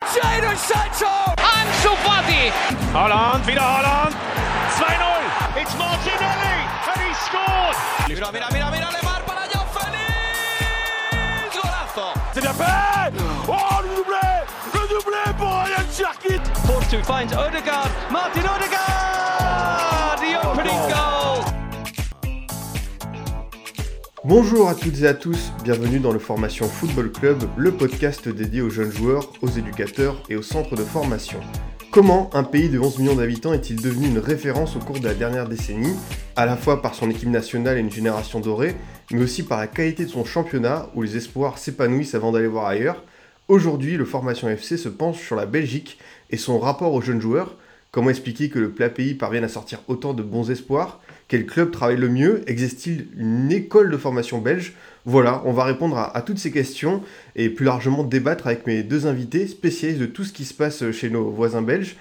Jadon Sancho! Ansu Fati! Haaland, wieder Haaland! 2-0! It's Martinelli and he scored! Mira, Lemar para João Félix! Golazo! C'est bien fait! Oh, le doublé pour Ryan Cherki! Force 2 finds Odegaard, Martin Odegaard! The opening goal! Bonjour à toutes et à tous, bienvenue dans le Formation Football Club, le podcast dédié aux jeunes joueurs, aux éducateurs et aux centres de formation. Comment un pays de 11 millions d'habitants est-il devenu une référence au cours de la dernière décennie, à la fois par son équipe nationale et une génération dorée, mais aussi par la qualité de son championnat où les espoirs s'épanouissent avant d'aller voir ailleurs. Aujourd'hui, le Formation FC se penche sur la Belgique et son rapport aux jeunes joueurs. Comment expliquer que le plat pays parvienne à sortir autant de bons espoirs ? Quel club travaille le mieux ? Existe-t-il une école de formation belge ? Voilà, on va répondre à toutes ces questions et plus largement débattre avec mes deux invités spécialistes de tout ce qui se passe chez nos voisins belges.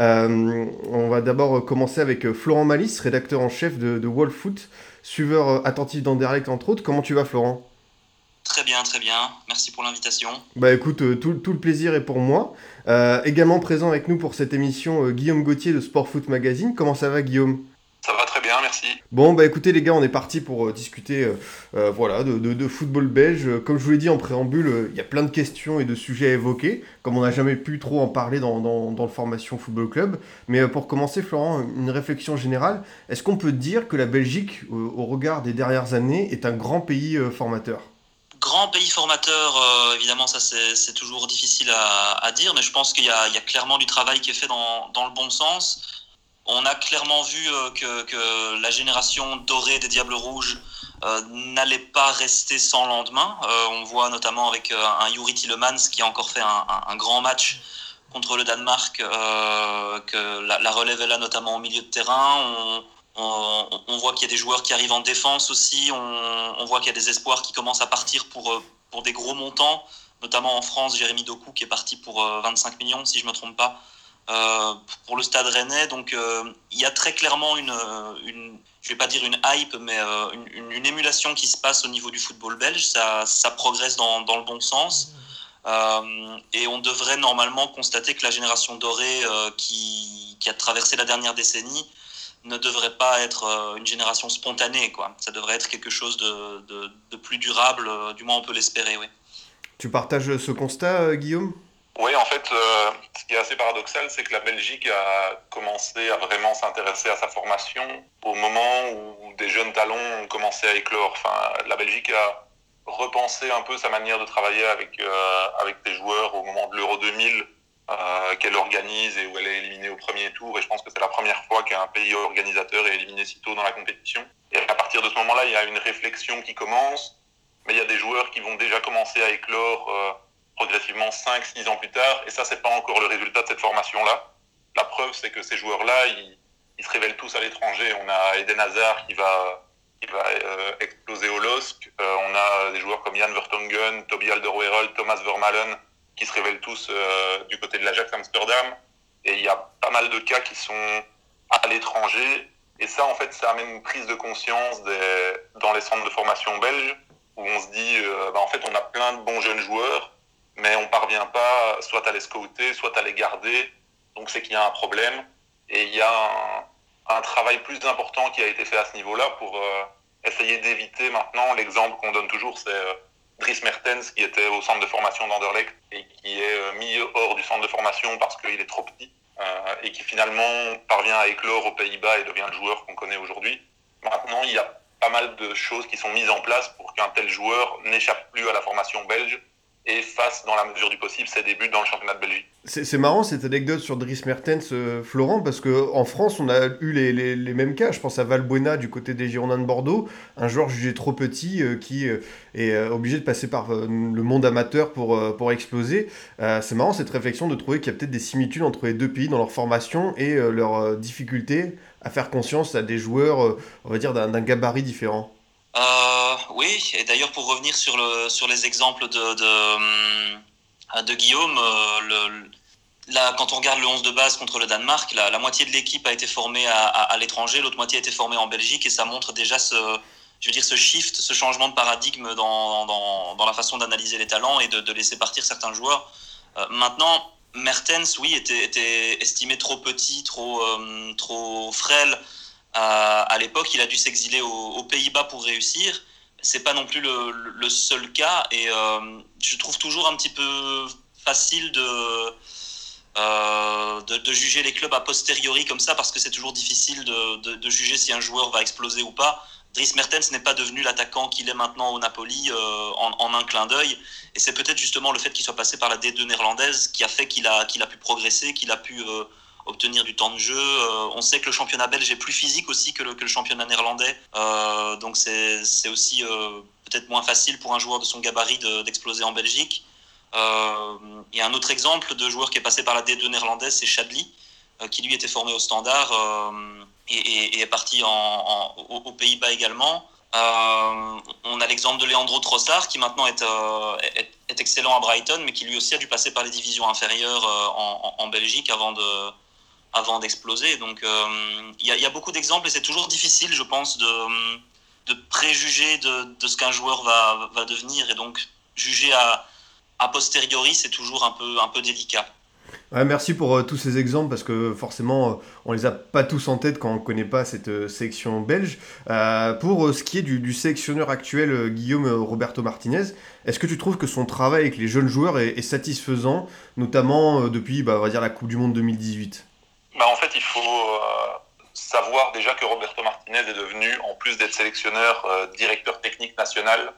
On va d'abord commencer avec Florent Malice, rédacteur en chef de Wolf Foot, suiveur attentif d'Anderlecht entre autres. Comment tu vas, Florent ? Très bien. Merci pour l'invitation. Bah écoute, tout le plaisir est pour moi. Également présent avec nous pour cette émission, Guillaume Gauthier de Sport Foot Magazine. Comment ça va, Guillaume ? Ça va très bien, merci. Bon, bah écoutez les gars, on est parti pour discuter de football belge. Comme je vous l'ai dit en préambule, il y a plein de questions et de sujets à évoquer, comme on n'a jamais pu trop en parler dans le Formation Football Club. Mais pour commencer, Florent, une réflexion générale. Est-ce qu'on peut dire que la Belgique, au regard des dernières années, est un grand pays formateur ? Grand pays formateur, évidemment, ça c'est toujours difficile à dire, mais je pense qu'il y a clairement du travail qui est fait dans le bon sens. On a clairement vu que la génération dorée des Diables Rouges n'allait pas rester sans lendemain. On voit notamment avec un Youri Tielemans qui a encore fait un grand match contre le Danemark, que la relève est là notamment au milieu de terrain. On voit qu'il y a des joueurs qui arrivent en défense aussi. On voit qu'il y a des espoirs qui commencent à partir pour des gros montants, notamment en France, Jérémy Doku qui est parti pour 25 millions si je ne me trompe pas. Pour le Stade Rennais, donc il y a très clairement une je vais pas dire une hype, mais une émulation qui se passe au niveau du football belge. Ça progresse dans le bon sens, et on devrait normalement constater que la génération dorée qui a traversé la dernière décennie ne devrait pas être une génération spontanée, quoi. Ça devrait être quelque chose de plus durable, du moins on peut l'espérer, oui. Tu partages ce constat, Guillaume ? Oui, en fait, ce qui est assez paradoxal, c'est que la Belgique a commencé à vraiment s'intéresser à sa formation au moment où des jeunes talents ont commencé à éclore. Enfin, la Belgique a repensé un peu sa manière de travailler avec des joueurs au moment de l'Euro 2000 qu'elle organise et où elle est éliminée au premier tour. Et je pense que c'est la première fois qu'un pays organisateur est éliminé si tôt dans la compétition. Et à partir de ce moment-là, il y a une réflexion qui commence, mais il y a des joueurs qui vont déjà commencer à éclore progressivement 5-6 ans plus tard, et ça c'est pas encore le résultat de cette formation-là. La preuve c'est que ces joueurs-là, ils se révèlent tous à l'étranger. On a Eden Hazard qui va exploser au LOSC, on a des joueurs comme Jan Vertonghen, Toby Alderweireld, Thomas Vermaelen qui se révèlent tous du côté de l'Ajax Amsterdam, et il y a pas mal de cas qui sont à l'étranger, et ça en fait ça amène une prise de conscience dans les centres de formation belges, où on se dit en fait on a plein de bons jeunes joueurs, mais on ne parvient pas soit à les scouter, soit à les garder. Donc c'est qu'il y a un problème. Et il y a un travail plus important qui a été fait à ce niveau-là pour essayer d'éviter maintenant. L'exemple qu'on donne toujours, c'est Dries Mertens qui était au centre de formation d'Anderlecht et qui est mis hors du centre de formation parce qu'il est trop petit et qui finalement parvient à éclore aux Pays-Bas et devient le joueur qu'on connaît aujourd'hui. Maintenant, il y a pas mal de choses qui sont mises en place pour qu'un tel joueur n'échappe plus à la formation belge et fasse dans la mesure du possible ses débuts dans le championnat de Belgique. C'est marrant cette anecdote sur Dries Mertens, Florent, parce qu'en France on a eu les mêmes cas. Je pense à Valbuena du côté des Girondins de Bordeaux, un joueur jugé trop petit qui est obligé de passer par le monde amateur pour exploser. C'est marrant cette réflexion de trouver qu'il y a peut-être des similitudes entre les deux pays dans leur formation et leur difficulté à faire conscience à des joueurs, on va dire, d'un gabarit différent. Oui, et d'ailleurs pour revenir sur les exemples de Guillaume, quand on regarde le 11 de base contre le Danemark, la moitié de l'équipe a été formée à l'étranger, l'autre moitié a été formée en Belgique, et ça montre déjà ce shift, ce changement de paradigme dans la façon d'analyser les talents et de laisser partir certains joueurs. Maintenant, Mertens, oui, était estimé trop petit, trop frêle à l'époque. Il a dû s'exiler aux Pays-Bas pour réussir. C'est pas non plus le seul cas, et je trouve toujours un petit peu facile de juger les clubs a posteriori comme ça, parce que c'est toujours difficile de juger si un joueur va exploser ou pas. Dries Mertens n'est pas devenu l'attaquant qu'il est maintenant au Napoli en un clin d'œil, et c'est peut-être justement le fait qu'il soit passé par la D2 néerlandaise qui a fait qu'il a pu progresser, qu'il a pu obtenir du temps de jeu. On sait que le championnat belge est plus physique aussi que le championnat néerlandais, donc c'est aussi peut-être moins facile pour un joueur de son gabarit d'exploser en Belgique. Il y a un autre exemple de joueur qui est passé par la D2 néerlandaise, c'est Chadli, qui lui était formé au Standard et est parti aux Pays-Bas également. On a l'exemple de Leandro Trossard, qui maintenant est excellent à Brighton, mais qui lui aussi a dû passer par les divisions inférieures en Belgique avant d'exploser. Donc il y a beaucoup d'exemples, et c'est toujours difficile, je pense, de préjuger de ce qu'un joueur va devenir, et donc juger a posteriori, c'est toujours un peu délicat. Ouais, merci pour tous ces exemples, parce que forcément on les a pas tous en tête quand on connaît pas cette sélection belge. Pour ce qui est du sélectionneur actuel, Guillaume Roberto Martinez, est-ce que tu trouves que son travail avec les jeunes joueurs est satisfaisant, notamment depuis on va dire la Coupe du Monde 2018? En fait, il faut savoir déjà que Roberto Martinez est devenu, en plus d'être sélectionneur, directeur technique national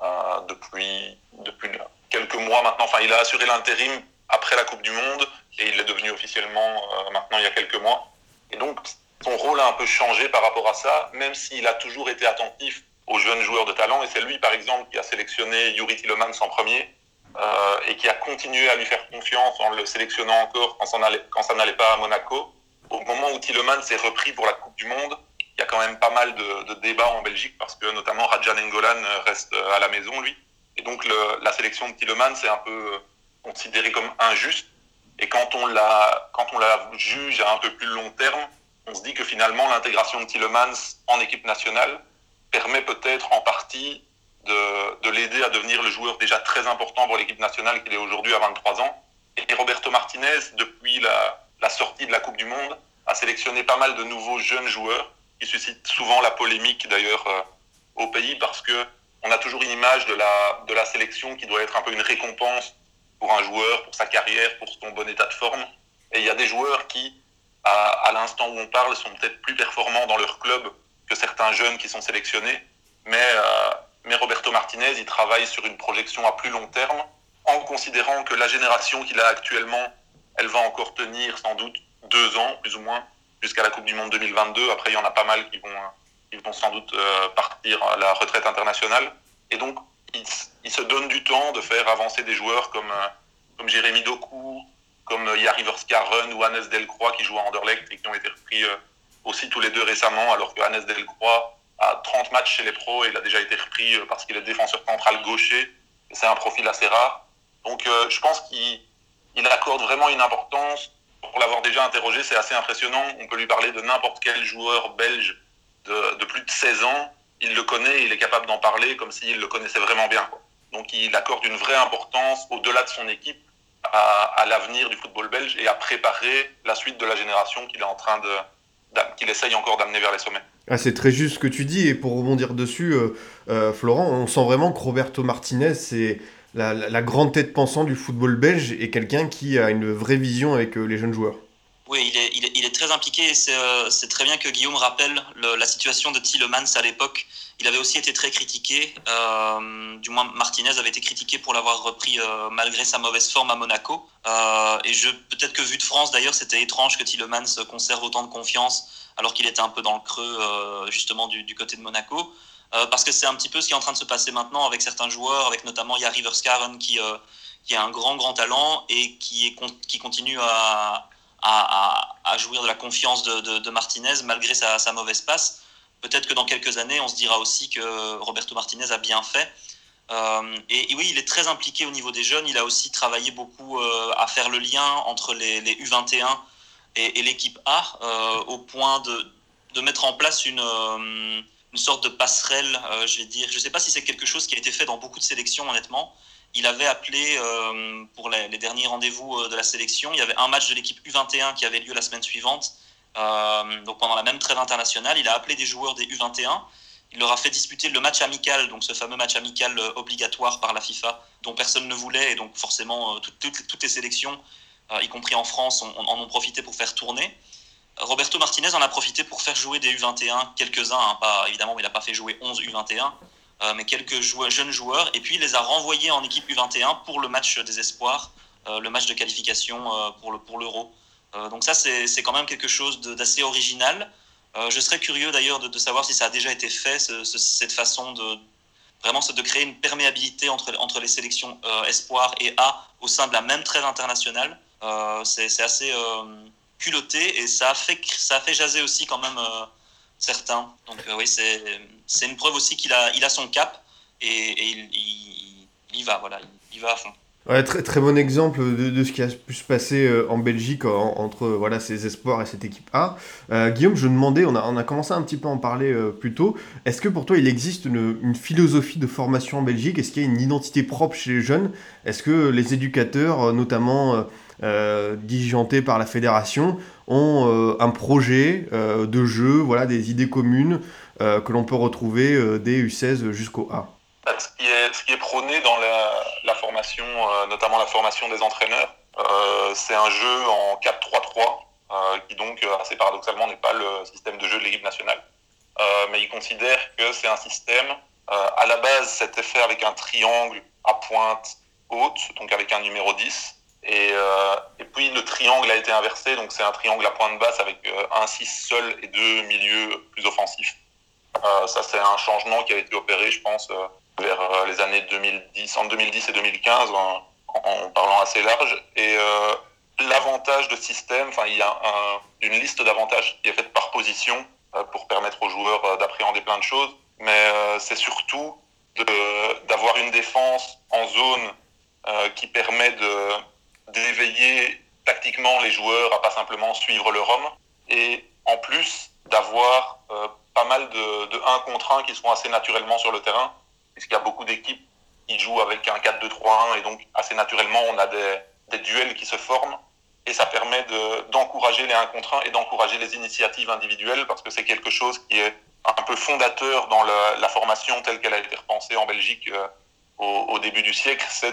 depuis quelques mois maintenant. Enfin, il a assuré l'intérim après la Coupe du Monde, et il est devenu officiellement maintenant il y a quelques mois. Et donc, son rôle a un peu changé par rapport à ça, même s'il a toujours été attentif aux jeunes joueurs de talent. Et c'est lui, par exemple, qui a sélectionné Youri Tielemans en premier, et qui a continué à lui faire confiance en le sélectionnant encore quand ça n'allait pas à Monaco. Au moment où Tielemans s'est repris pour la Coupe du Monde, il y a quand même pas mal de débats en Belgique, parce que notamment Radja Nainggolan reste à la maison, lui. Et donc la sélection de Tielemans est un peu considérée comme injuste. Et quand on la juge à un peu plus long terme, on se dit que finalement l'intégration de Tielemans en équipe nationale permet peut-être en partie de l'aider à devenir le joueur déjà très important pour l'équipe nationale qu'il est aujourd'hui à 23 ans. Et Roberto Martinez, depuis la sortie de la Coupe du Monde, a sélectionné pas mal de nouveaux jeunes joueurs qui suscitent souvent la polémique d'ailleurs au pays, parce que on a toujours une image de la sélection qui doit être un peu une récompense pour un joueur, pour sa carrière, pour son bon état de forme. Et il y a des joueurs qui, à l'instant où on parle, sont peut-être plus performants dans leur club que certains jeunes qui sont sélectionnés. Mais Roberto Martinez, il travaille sur une projection à plus long terme, en considérant que la génération qu'il a actuellement, elle va encore tenir sans doute 2 ans, plus ou moins, jusqu'à la Coupe du Monde 2022. Après, il y en a pas mal qui vont sans doute partir à la retraite internationale. Et donc, il se donne du temps de faire avancer des joueurs comme Jérémy Doku, comme Jari Verskaren ou Hannes Delcroix, qui jouent à Anderlecht et qui ont été repris aussi tous les deux récemment, alors que Hannes Delcroix a 30 matchs chez les pros et il a déjà été repris parce qu'il est défenseur central gaucher. Et c'est un profil assez rare. Donc je pense qu'il accorde vraiment une importance. Pour l'avoir déjà interrogé, c'est assez impressionnant. On peut lui parler de n'importe quel joueur belge de plus de 16 ans. Il le connaît, il est capable d'en parler comme s'il le connaissait vraiment bien, quoi. Donc il accorde une vraie importance, au-delà de son équipe, à l'avenir du football belge et à préparer la suite de la génération qu'il essaye encore d'amener vers les sommets. Ah, c'est très juste ce que tu dis, et pour rebondir dessus, Florent, on sent vraiment que Roberto Martinez, c'est la grande tête pensante du football belge, et quelqu'un qui a une vraie vision avec les jeunes joueurs. Oui, il est très impliqué, et c'est très bien que Guillaume rappelle la situation de Tielemans à l'époque. Il avait aussi été très critiqué, du moins Martinez avait été critiqué pour l'avoir repris malgré sa mauvaise forme à Monaco. Et peut-être que vu de France d'ailleurs, c'était étrange que Tielemans conserve autant de confiance alors qu'il était un peu dans le creux justement du côté de Monaco. Parce que c'est un petit peu ce qui est en train de se passer maintenant avec certains joueurs, avec notamment Jari Verskaren qui a un grand talent et qui continue à jouir de la confiance de Martinez malgré sa mauvaise passe. Peut-être que dans quelques années, on se dira aussi que Roberto Martinez a bien fait. Et oui, il est très impliqué au niveau des jeunes. Il a aussi travaillé beaucoup à faire le lien entre les U21 et l'équipe A, au point de mettre en place une sorte de passerelle, je vais dire. Je ne sais pas si c'est quelque chose qui a été fait dans beaucoup de sélections, honnêtement, il avait appelé pour les derniers rendez-vous de la sélection. Il y avait un match de l'équipe U21 qui avait lieu la semaine suivante. Donc pendant la même trêve internationale, il a appelé des joueurs des U21. Il leur a fait disputer le match amical, donc ce fameux match amical obligatoire par la FIFA, dont personne ne voulait, et donc forcément toutes les sélections, y compris en France, en ont profité pour faire tourner. Roberto Martinez en a profité pour faire jouer des U21, quelques-uns, évidemment il n'a pas fait jouer 11 U21, mais quelques jeunes joueurs, et puis il les a renvoyés en équipe U21 pour le match des espoirs, le match de qualification pour l'Euro. Donc ça c'est quand même quelque chose d'assez original. Je serais curieux d'ailleurs de savoir si ça a déjà été fait, cette façon de créer une perméabilité entre les sélections espoirs et A au sein de la même trêve internationale. C'est assez culotté et ça a fait jaser aussi quand même certains. Donc oui, c'est une preuve aussi qu'il a son cap et il y va, voilà, il va à fond. Ouais, très, très bon exemple de ce qui a pu se passer en Belgique entre voilà, ces espoirs et cette équipe A. Guillaume, je me demandais, on a commencé un petit peu à en parler plus tôt, est-ce que pour toi il existe une philosophie de formation en Belgique? Est-ce qu'il y a une identité propre chez les jeunes? Est-ce que les éducateurs, notamment diligentés par la fédération, ont un projet de jeu, voilà, des idées communes que l'on peut retrouver des U16 jusqu'au A? Ce qui est prôné dans la formation, notamment la formation des entraîneurs, c'est un jeu en 4-3-3, qui donc assez paradoxalement n'est pas le système de jeu de l'équipe nationale. Mais ils considèrent que c'est un système, à la base c'était fait avec un triangle à pointe haute, donc avec un numéro 10, et puis le triangle a été inversé, donc c'est un triangle à pointe basse avec un 6 seul et 2 milieux plus offensifs. Ça c'est un changement qui a été opéré, je pense, vers les années 2010, entre 2010 et 2015, en parlant assez large. Et l'avantage de ce système, il y a une liste d'avantages qui est faite par position pour permettre aux joueurs d'appréhender plein de choses. Mais c'est surtout d'avoir une défense en zone qui permet d'éveiller tactiquement les joueurs à pas simplement suivre leur homme. Et en plus, d'avoir pas mal de 1 contre 1 qui se font assez naturellement sur le terrain, puisqu'il y a beaucoup d'équipes qui jouent avec un 4-2-3-1 et donc assez naturellement on a des duels qui se forment et ça permet d'encourager les 1 contre 1 et d'encourager les initiatives individuelles parce que c'est quelque chose qui est un peu fondateur dans la formation telle qu'elle a été repensée en Belgique au début du siècle, c'est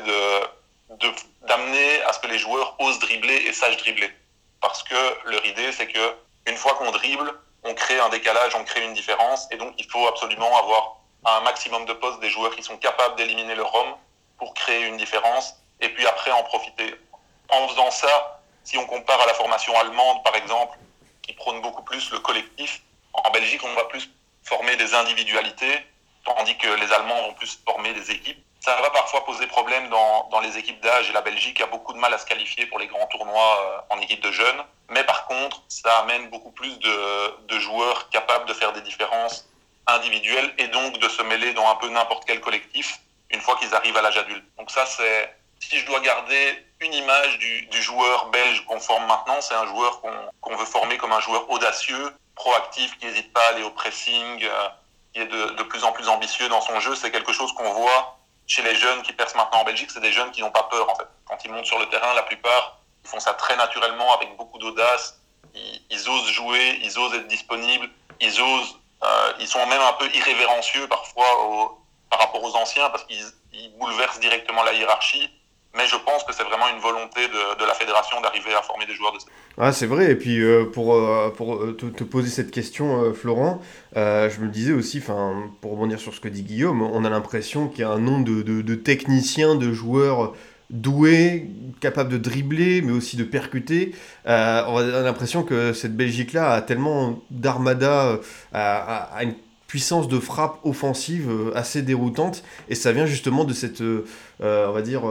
d'amener à ce que les joueurs osent dribbler et sachent dribbler. Parce que leur idée c'est que une fois qu'on dribble, on crée un décalage, on crée une différence et donc il faut absolument avoir à un maximum de postes des joueurs qui sont capables d'éliminer leur homme pour créer une différence et puis après en profiter. En faisant ça, si on compare à la formation allemande par exemple, qui prône beaucoup plus le collectif, en Belgique on va plus former des individualités, tandis que les Allemands vont plus former des équipes. Ça va parfois poser problème dans les équipes d'âge et la Belgique a beaucoup de mal à se qualifier pour les grands tournois en équipe de jeunes. Mais par contre, ça amène beaucoup plus de joueurs capables de faire des différences individuels et donc de se mêler dans un peu n'importe quel collectif une fois qu'ils arrivent à l'âge adulte. Donc ça, c'est, si je dois garder une image du joueur belge qu'on forme maintenant, c'est un joueur qu'on veut former comme un joueur audacieux, proactif, qui n'hésite pas à aller au pressing, qui est de plus en plus ambitieux dans son jeu. C'est quelque chose qu'on voit chez les jeunes qui percent maintenant en Belgique, c'est des jeunes qui n'ont pas peur en fait. Quand ils montent sur le terrain, la plupart, ils font ça très naturellement, avec beaucoup d'audace, ils osent jouer, ils osent être disponibles, ils sont même un peu irrévérencieux parfois par rapport aux anciens parce qu'ils bouleversent directement la hiérarchie. Mais je pense que c'est vraiment une volonté de la fédération d'arriver à former des joueurs de cette. Ah, c'est vrai. Et puis pour te poser cette question, Florent, je me disais aussi, pour rebondir sur ce que dit Guillaume, on a l'impression qu'il y a un nombre de techniciens, de joueurs doués, capables de dribbler, mais aussi de percuter. On a l'impression que cette Belgique-là a tellement d'armada, a une puissance de frappe offensive assez déroutante, et ça vient justement de cette, on va dire,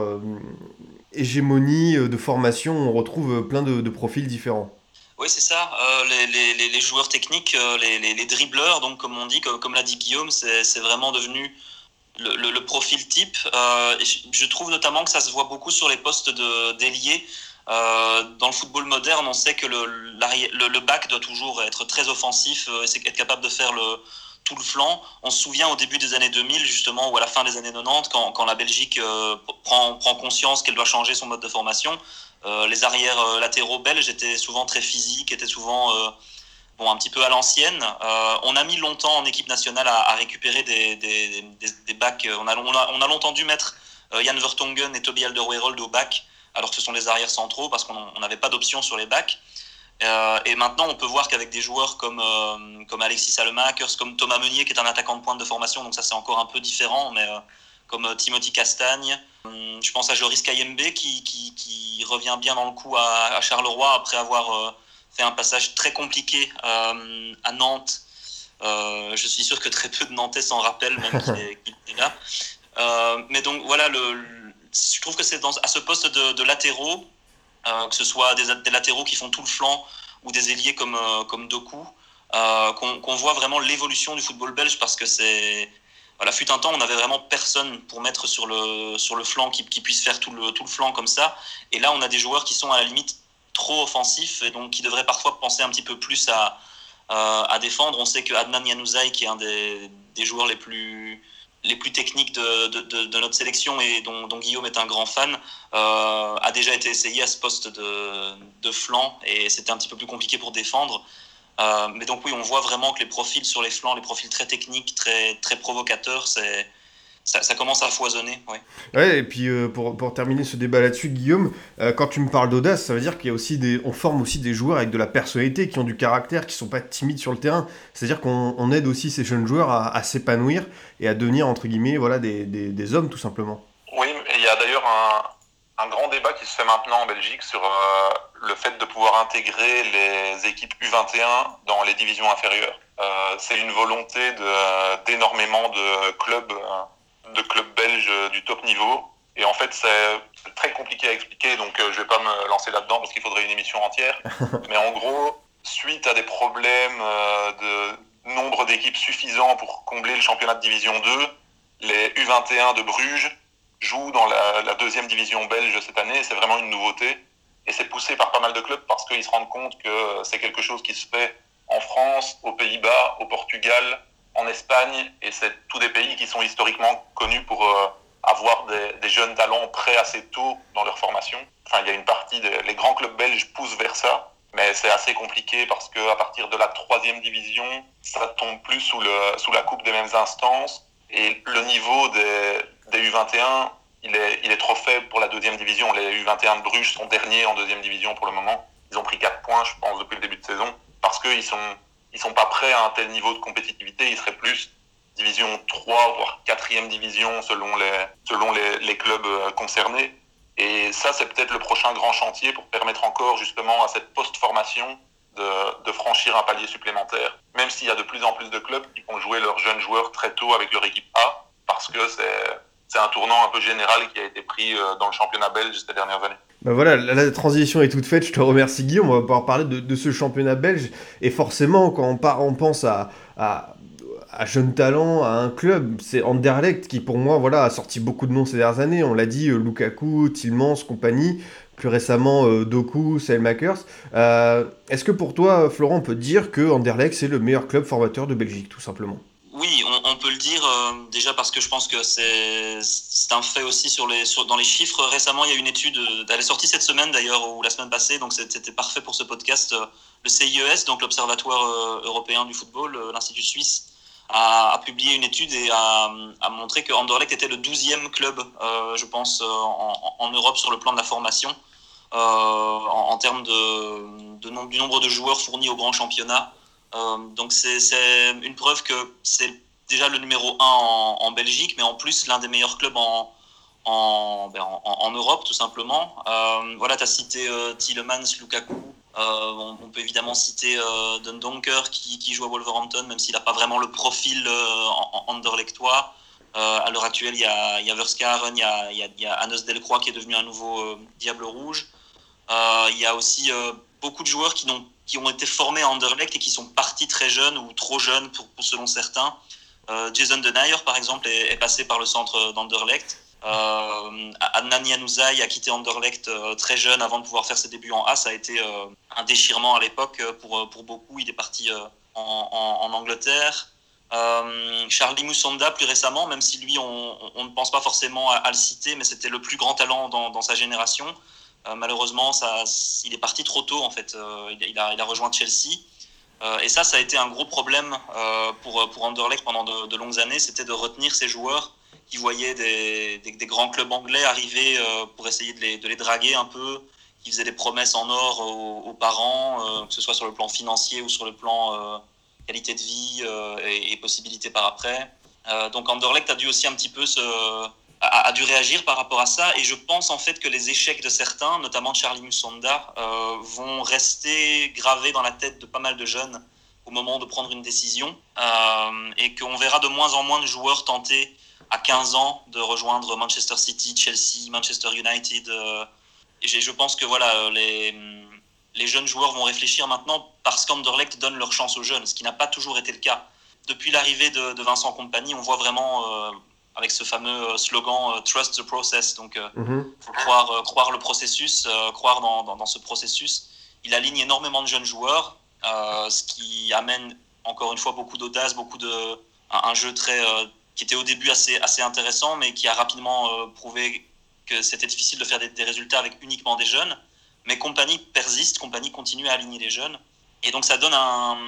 hégémonie de formation où on retrouve plein de profils différents. Oui, c'est ça. Les joueurs techniques, les dribbleurs, donc comme on dit, comme l'a dit Guillaume, c'est vraiment devenu le profil type. Je trouve notamment que ça se voit beaucoup sur les postes d'ailier. Dans le football moderne, on sait que le back doit toujours être très offensif, être capable de faire tout le flanc. On se souvient au début des années 2000 justement, ou à la fin des années 90, quand la Belgique prend conscience qu'elle doit changer son mode de formation. Les arrières latéraux belges étaient souvent très physiques, étaient souvent un petit peu à l'ancienne. On a mis longtemps en équipe nationale à récupérer des backs. On a longtemps dû mettre Jan Vertonghen et Toby Alderweireld au back, alors que ce sont les arrières centraux, parce qu'on n'avait pas d'option sur les backs. Et maintenant, on peut voir qu'avec des joueurs comme Alexis Salemakers, comme Thomas Meunier, qui est un attaquant de pointe de formation, donc ça c'est encore un peu différent, mais comme Timothy Castagne, je pense à Joris Kayembe qui revient bien dans le coup à Charleroi après avoir fait un passage très compliqué à Nantes. Je suis sûr que très peu de Nantais s'en rappellent, même qu'il est là. Mais donc voilà, je trouve que c'est à ce poste de latéraux, que ce soit des latéraux qui font tout le flanc ou des ailiers comme Doku, qu'on voit vraiment l'évolution du football belge, parce que fut un temps on n'avait vraiment personne pour mettre sur le flanc qui puisse faire tout le flanc comme ça, et là on a des joueurs qui sont à la limite trop offensifs et donc qui devraient parfois penser un petit peu plus à défendre. On sait que Adnan Januzaj, qui est un des joueurs les plus techniques de notre sélection et dont Guillaume est un grand fan, a déjà été essayé à ce poste de flanc, et c'était un petit peu plus compliqué pour défendre. Mais donc oui, on voit vraiment que les profils sur les flancs, les profils très techniques, très, très provocateurs, ça commence à foisonner. Oui. Ouais, et puis pour terminer ce débat là-dessus, Guillaume, quand tu me parles d'audace, ça veut dire qu'il y a aussi on forme aussi des joueurs avec de la personnalité, qui ont du caractère, qui sont pas timides sur le terrain. C'est-à-dire qu'on aide aussi ces jeunes joueurs à s'épanouir et à devenir, entre guillemets, voilà, des hommes, tout simplement. Oui, et il y a d'ailleurs un grand débat qui se fait maintenant en Belgique sur le fait de pouvoir intégrer les équipes U21 dans les divisions inférieures. C'est une volonté d'énormément de clubs belges du top niveau. Et en fait, c'est très compliqué à expliquer, donc je vais pas me lancer là-dedans parce qu'il faudrait une émission entière. Mais en gros, suite à des problèmes de nombre d'équipes suffisants pour combler le championnat de division 2, les U21 de Bruges jouent dans la deuxième division belge cette année. C'est vraiment une nouveauté. Et c'est poussé par pas mal de clubs parce qu'ils se rendent compte que c'est quelque chose qui se fait en France, aux Pays-Bas, au Portugal, en Espagne. Et c'est tous des pays qui sont historiquement connus pour avoir des jeunes talents prêts assez tôt dans leur formation. Enfin, il y a une partie les grands clubs belges poussent vers ça. Mais c'est assez compliqué parce qu'à partir de la 3e division, ça tombe plus sous la coupe des mêmes instances. Et le niveau des U21, il est trop faible pour la 2e division. Les U21 de Bruges sont derniers en 2e division pour le moment. Ils ont pris 4 points, je pense, depuis le début de saison. Parce qu'ils sont pas prêts à un tel niveau de compétitivité. Ils seraient plus division 3, voire 4e division selon les clubs concernés. Et ça, c'est peut-être le prochain grand chantier pour permettre encore justement à cette post-formation de franchir un palier supplémentaire, même s'il y a de plus en plus de clubs qui vont jouer leurs jeunes joueurs très tôt avec leur équipe A, parce que c'est un tournant un peu général qui a été pris dans le championnat belge ces dernières années. Ben voilà, la transition est toute faite, je te remercie Guillaume, on va pouvoir parler de ce championnat belge, et forcément quand on pense à jeune talent, à un club, c'est Anderlecht qui pour moi a sorti beaucoup de noms ces dernières années, on l'a dit, Lukaku, Tielemans, compagnie, plus récemment Doku, Salemakers. Est-ce que pour toi, Florent, on peut dire que Anderlecht c'est le meilleur club formateur de Belgique, tout simplement ? Oui, on peut le dire, déjà parce que je pense que c'est un fait aussi dans les chiffres. Récemment, il y a une étude, elle est sortie cette semaine d'ailleurs, ou la semaine passée, donc c'était parfait pour ce podcast. Le CIES, donc l'Observatoire européen du football, l'Institut suisse, a publié une étude et a montré que Anderlecht était le 12e club, je pense, en Europe sur le plan de la formation, en termes du nombre de joueurs fournis au grand championnat. Donc c'est une preuve que c'est déjà le numéro 1 en Belgique, mais en plus l'un des meilleurs clubs en Europe, tout simplement. Tu as cité Tielemans, Lukaku. On peut évidemment citer Dendoncker qui joue à Wolverhampton, même s'il n'a pas vraiment le profil anderlechtois. À l'heure actuelle, il y a Verskaren, il y a Hannes Delcroix qui est devenu un nouveau Diable Rouge. Il y a aussi beaucoup de joueurs qui ont été formés à Anderlecht et qui sont partis très jeunes ou trop jeunes pour selon certains. Jason Denayer, par exemple, est passé par le centre d'Anderlecht. Adnan Januzaj a quitté Anderlecht très jeune avant de pouvoir faire ses débuts en A. Ça a été un déchirement à l'époque pour beaucoup. Il est parti en Angleterre. Charlie Musonda plus récemment, même si lui on ne pense pas forcément à le citer, mais c'était le plus grand talent dans sa génération. Malheureusement, il est parti trop tôt en fait. Il a rejoint Chelsea. Et ça a été un gros problème pour Anderlecht pendant de longues années, c'était de retenir ces joueurs qui voyaient des grands clubs anglais arriver pour essayer de les draguer un peu, qui faisaient des promesses en or aux parents, que ce soit sur le plan financier ou sur le plan qualité de vie et possibilités par après. Donc Anderlecht a dû aussi un petit peu a dû réagir par rapport à ça, et je pense en fait que les échecs de certains, notamment de Charlie Musonda, vont rester gravés dans la tête de pas mal de jeunes au moment de prendre une décision, et qu'on verra de moins en moins de joueurs tenter à 15 ans de rejoindre Manchester City, Chelsea, Manchester United. Et je pense que voilà, les jeunes joueurs vont réfléchir maintenant parce qu'Anderlecht donne leur chance aux jeunes, ce qui n'a pas toujours été le cas. Depuis l'arrivée de Vincent Kompany, on voit vraiment, avec ce fameux slogan « Trust the process », donc faut croire le processus, croire dans ce processus. Il aligne énormément de jeunes joueurs, ce qui amène encore une fois beaucoup d'audace, un jeu qui était au début assez intéressant, mais qui a rapidement prouvé que c'était difficile de faire des résultats avec uniquement des jeunes. Mais Kompany persiste, Kompany continue à aligner les jeunes. Et donc ça donne un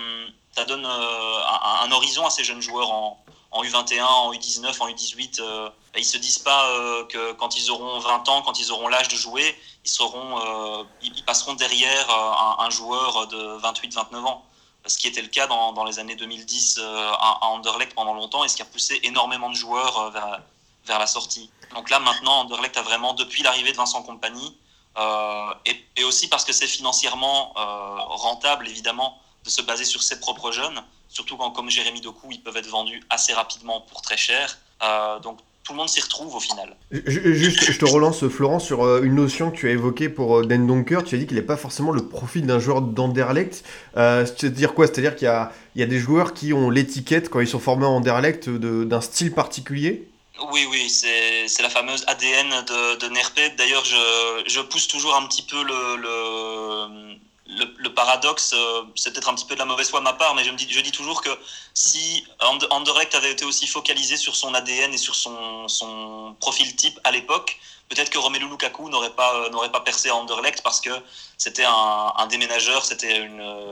horizon à ces jeunes joueurs en U21, en U19, en U18. Ils ne se disent pas que quand ils auront 20 ans, quand ils auront l'âge de jouer, ils passeront derrière un joueur de 28-29 ans. Ce qui était le cas dans les années 2010 à Anderlecht pendant longtemps, et ce qui a poussé énormément de joueurs vers la sortie. Donc là maintenant, Anderlecht a vraiment, depuis l'arrivée de Vincent Kompany, et aussi parce que c'est financièrement rentable évidemment de se baser sur ses propres jeunes, surtout quand, comme Jérémy Doku, ils peuvent être vendus assez rapidement pour très cher. Donc tout le monde s'y retrouve au final. Juste, je te relance, Florent, sur une notion que tu as évoquée pour Den Donker. Tu as dit qu'il n'est pas forcément le profil d'un joueur d'Anderlecht. C'est-à-dire quoi ? C'est-à-dire qu'il y a des joueurs qui ont l'étiquette, quand ils sont formés à Anderlecht, d'un style particulier ? Oui, c'est la fameuse ADN de Nerpet. D'ailleurs, je pousse toujours un petit peu le paradoxe. C'est peut-être un petit peu de la mauvaise foi de ma part, mais je dis toujours que si Anderlecht avait été aussi focalisé sur son ADN et sur son profil type à l'époque, peut-être que Romelu Lukaku n'aurait pas percé à Anderlecht, parce que c'était un déménageur, c'était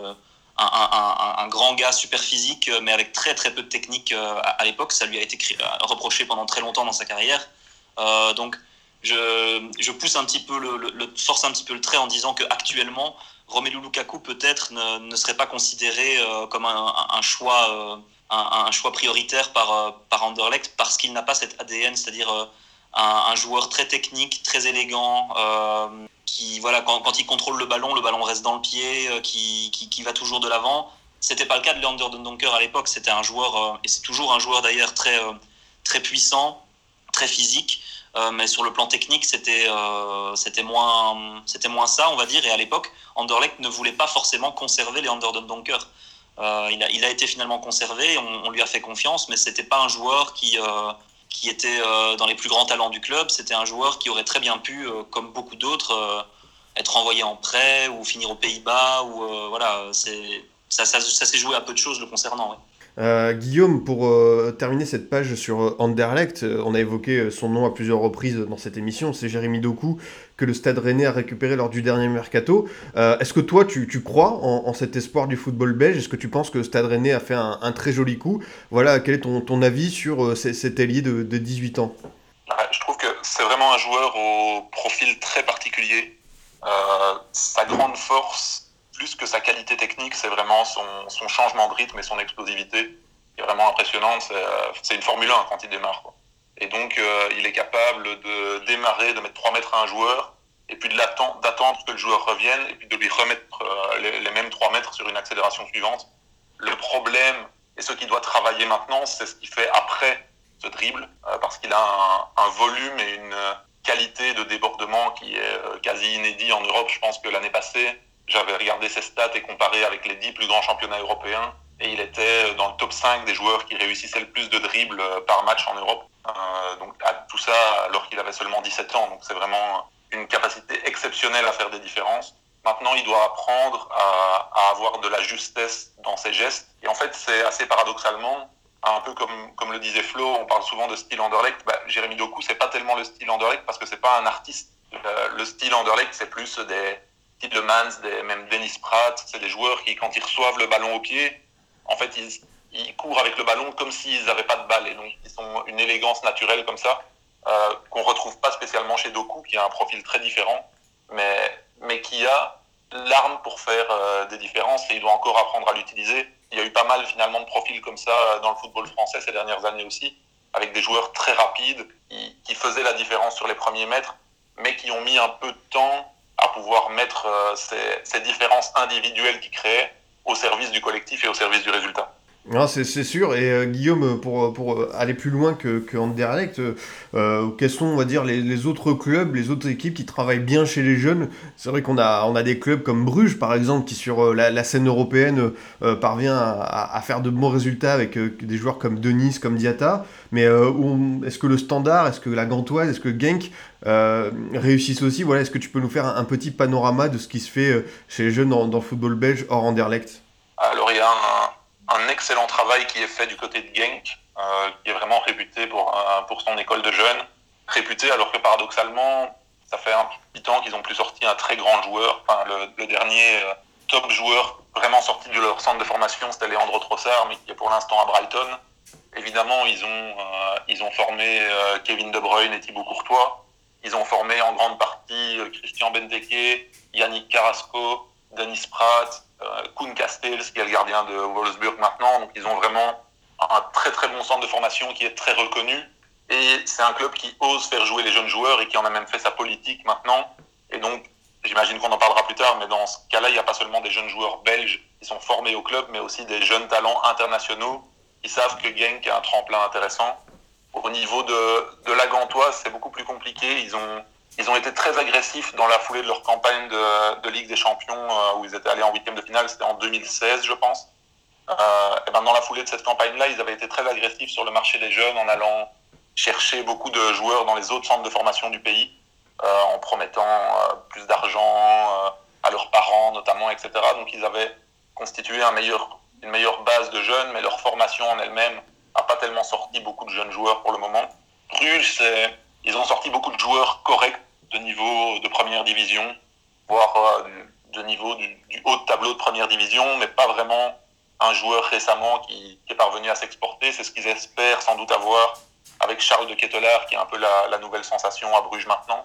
un grand gars super physique, mais avec très très peu de technique à l'époque. Ça lui a été reproché pendant très longtemps dans sa carrière. Donc je pousse un petit peu force un petit peu le trait en disant qu'actuellement Romelu Lukaku peut-être ne serait pas considéré comme un choix prioritaire par Anderlecht, parce qu'il n'a pas cet ADN, c'est-à-dire un joueur très technique, très élégant, qui, voilà, quand il contrôle le ballon reste dans le pied, qui va toujours de l'avant. C'était pas le cas de Leander Den Donker à l'époque. C'était un joueur, et c'est toujours un joueur d'ailleurs, très puissant, très physique, mais sur le plan technique c'était moins ça, on va dire. Et à l'époque, Anderlecht ne voulait pas forcément conserver Leander Den Donker. Il a été finalement conservé, on lui a fait confiance, mais c'était pas un joueur qui était dans les plus grands talents du club. C'était un joueur qui aurait très bien pu, comme beaucoup d'autres, être envoyé en prêt ou finir aux Pays-Bas. Voilà, ça s'est joué à peu de choses le concernant. Ouais. Guillaume, pour terminer cette page sur Anderlecht, on a évoqué son nom à plusieurs reprises dans cette émission, c'est Jérémy Doku, que le Stade Rennais a récupéré lors du dernier mercato. Est-ce que toi, tu crois en cet espoir du football belge ? Est-ce que tu penses que le Stade Rennais a fait un très joli coup ? Voilà, quel est ton avis sur cet ailier de 18 ans ? Je trouve que c'est vraiment un joueur au profil très particulier. Sa grande force, plus que sa qualité technique, c'est vraiment son changement de rythme et son explosivité qui est vraiment impressionnante. C'est une Formule 1 quand il démarre, quoi. Et donc, il est capable de démarrer, de mettre 3 mètres à un joueur, et puis d'attendre que le joueur revienne, et puis de lui remettre les mêmes 3 mètres sur une accélération suivante. Le problème, et ce qu'il doit travailler maintenant, c'est ce qu'il fait après ce dribble, parce qu'il a un volume et une qualité de débordement qui est quasi inédit en Europe. Je pense que l'année passée, j'avais regardé ses stats et comparé avec les 10 plus grands championnats européens, et il était dans le top 5 des joueurs qui réussissaient le plus de dribbles par match en Europe. Donc tout ça alors qu'il avait seulement 17 ans. Donc c'est vraiment une capacité exceptionnelle à faire des différences. Maintenant, il doit apprendre à avoir de la justesse dans ses gestes. Et en fait, c'est assez paradoxalement, un peu comme le disait Flo, on parle souvent de style Anderlecht. Jérémy Doku, c'est pas tellement le style Anderlecht parce que c'est pas un artiste. Le style Anderlecht, c'est plus des Tielemans, même Dennis Praet, c'est des joueurs qui, quand ils reçoivent le ballon au pied, en fait, ils courent avec le ballon comme s'ils n'avaient pas de balle. Et donc, ils ont une élégance naturelle comme ça, qu'on retrouve pas spécialement chez Doku, qui a un profil très différent, mais qui a l'arme pour faire des différences, et il doit encore apprendre à l'utiliser. Il y a eu pas mal finalement de profils comme ça dans le football français ces dernières années aussi, avec des joueurs très rapides qui faisaient la différence sur les premiers mètres, mais qui ont mis un peu de temps à pouvoir mettre ces différences individuelles qu'ils créaient au service du collectif et au service du résultat. Non, c'est sûr. Et Guillaume, pour aller plus loin que Anderlecht, quels sont, on va dire, les autres clubs, les autres équipes qui travaillent bien chez les jeunes? C'est vrai qu'on a des clubs comme Bruges, par exemple, qui sur la scène européenne parvient à faire de bons résultats avec des joueurs comme Denis, comme Diatta. Mais est-ce que le Standard, est-ce que la Gantoise, est-ce que Genk réussissent aussi? Voilà, est-ce que tu peux nous faire un petit panorama de ce qui se fait chez les jeunes dans le football belge hors Anderlecht? Alors, il y a un excellent travail qui est fait du côté de Genk, qui est vraiment réputé pour son école de jeunes. Réputé alors que paradoxalement, ça fait un petit temps qu'ils ont plus sorti un très grand joueur. Enfin, le dernier top joueur vraiment sorti de leur centre de formation, c'était Leandro Trossard, mais qui est pour l'instant à Brighton. Évidemment, ils ont formé Kevin De Bruyne et Thibaut Courtois. Ils ont formé en grande partie Christian Benteke, Yannick Carrasco, Dennis Praet, Koen Castells, qui est le gardien de Wolfsburg maintenant. Donc ils ont vraiment un très très bon centre de formation qui est très reconnu. Et c'est un club qui ose faire jouer les jeunes joueurs et qui en a même fait sa politique maintenant. Et donc, j'imagine qu'on en parlera plus tard, mais dans ce cas-là, il n'y a pas seulement des jeunes joueurs belges qui sont formés au club, mais aussi des jeunes talents internationaux qui savent que Genk a un tremplin intéressant. Au niveau de la Gantoise, c'est beaucoup plus compliqué. Ils ont été très agressifs dans la foulée de leur campagne de Ligue des Champions, où ils étaient allés en huitième de finale, c'était en 2016, je pense. Et dans la foulée de cette campagne-là, ils avaient été très agressifs sur le marché des jeunes en allant chercher beaucoup de joueurs dans les autres centres de formation du pays, en promettant plus d'argent à leurs parents notamment, etc. Donc ils avaient constitué une meilleure base de jeunes, mais leur formation en elle-même n'a pas tellement sorti beaucoup de jeunes joueurs pour le moment. Bruges, ils ont sorti beaucoup de joueurs corrects de niveau de première division, voire de niveau du haut de tableau de première division, mais pas vraiment un joueur récemment qui est parvenu à s'exporter. C'est ce qu'ils espèrent sans doute avoir avec Charles de Ketelaar, qui est un peu la nouvelle sensation à Bruges maintenant.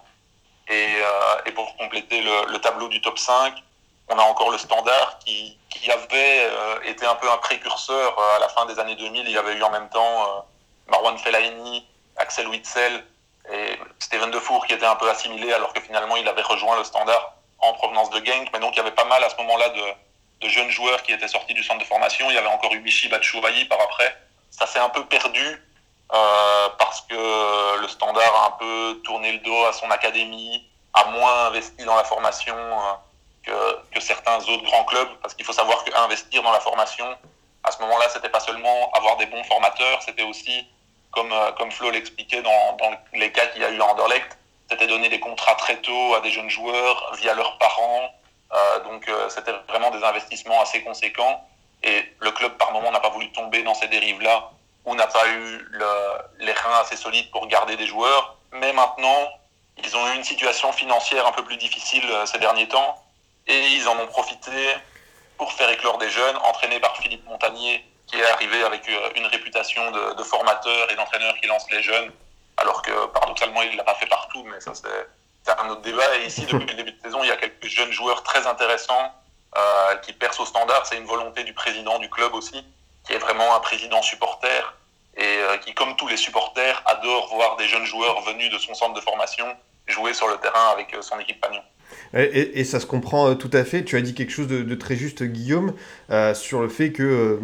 Et pour compléter le tableau du top 5, on a encore le Standard qui avait été un peu un précurseur à la fin des années 2000. Il y avait eu en même temps Marwan Fellaini, Axel Witsel et Steven Defour qui étaient un peu assimilés alors que finalement il avait rejoint le Standard en provenance de Genk. Mais donc il y avait pas mal à ce moment-là de jeunes joueurs qui étaient sortis du centre de formation. Il y avait encore eu Michy Batshuayi par après. Ça s'est un peu perdu parce que le Standard a un peu tourné le dos à son académie, a moins investi dans la formation que certains autres grands clubs, parce qu'il faut savoir qu'investir dans la formation, à ce moment-là, c'était pas seulement avoir des bons formateurs, c'était aussi, comme Flo l'expliquait dans les cas qu'il y a eu à Anderlecht, c'était donner des contrats très tôt à des jeunes joueurs via leurs parents, donc c'était vraiment des investissements assez conséquents, et le club par moment n'a pas voulu tomber dans ces dérives-là, ou n'a pas eu les reins assez solides pour garder des joueurs, mais maintenant, ils ont eu une situation financière un peu plus difficile ces derniers temps, et ils en ont profité pour faire éclore des jeunes, entraînés par Philippe Montagnier, qui est arrivé avec une réputation de formateur et d'entraîneur qui lance les jeunes, alors que paradoxalement il ne l'a pas fait partout, mais ça c'est un autre débat. Et ici, depuis le début de saison, il y a quelques jeunes joueurs très intéressants qui percent au Standard. C'est une volonté du président du club aussi, qui est vraiment un président supporter et qui, comme tous les supporters, adore voir des jeunes joueurs venus de son centre de formation jouer sur le terrain avec son équipe Pagnon. Et ça se comprend tout à fait. Tu as dit quelque chose de très juste, Guillaume, sur le fait que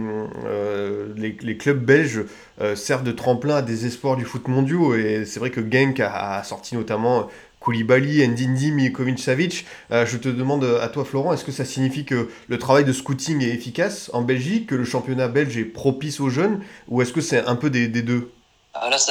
les clubs belges servent de tremplin à des espoirs du foot mondiaux. Et c'est vrai que Genk a sorti notamment Koulibaly, Ndindi, Milinkovic-Savic. Je te demande à toi, Florent, est-ce que ça signifie que le travail de scouting est efficace en Belgique, que le championnat belge est propice aux jeunes, ou est-ce que c'est un peu des deux ? Là, ça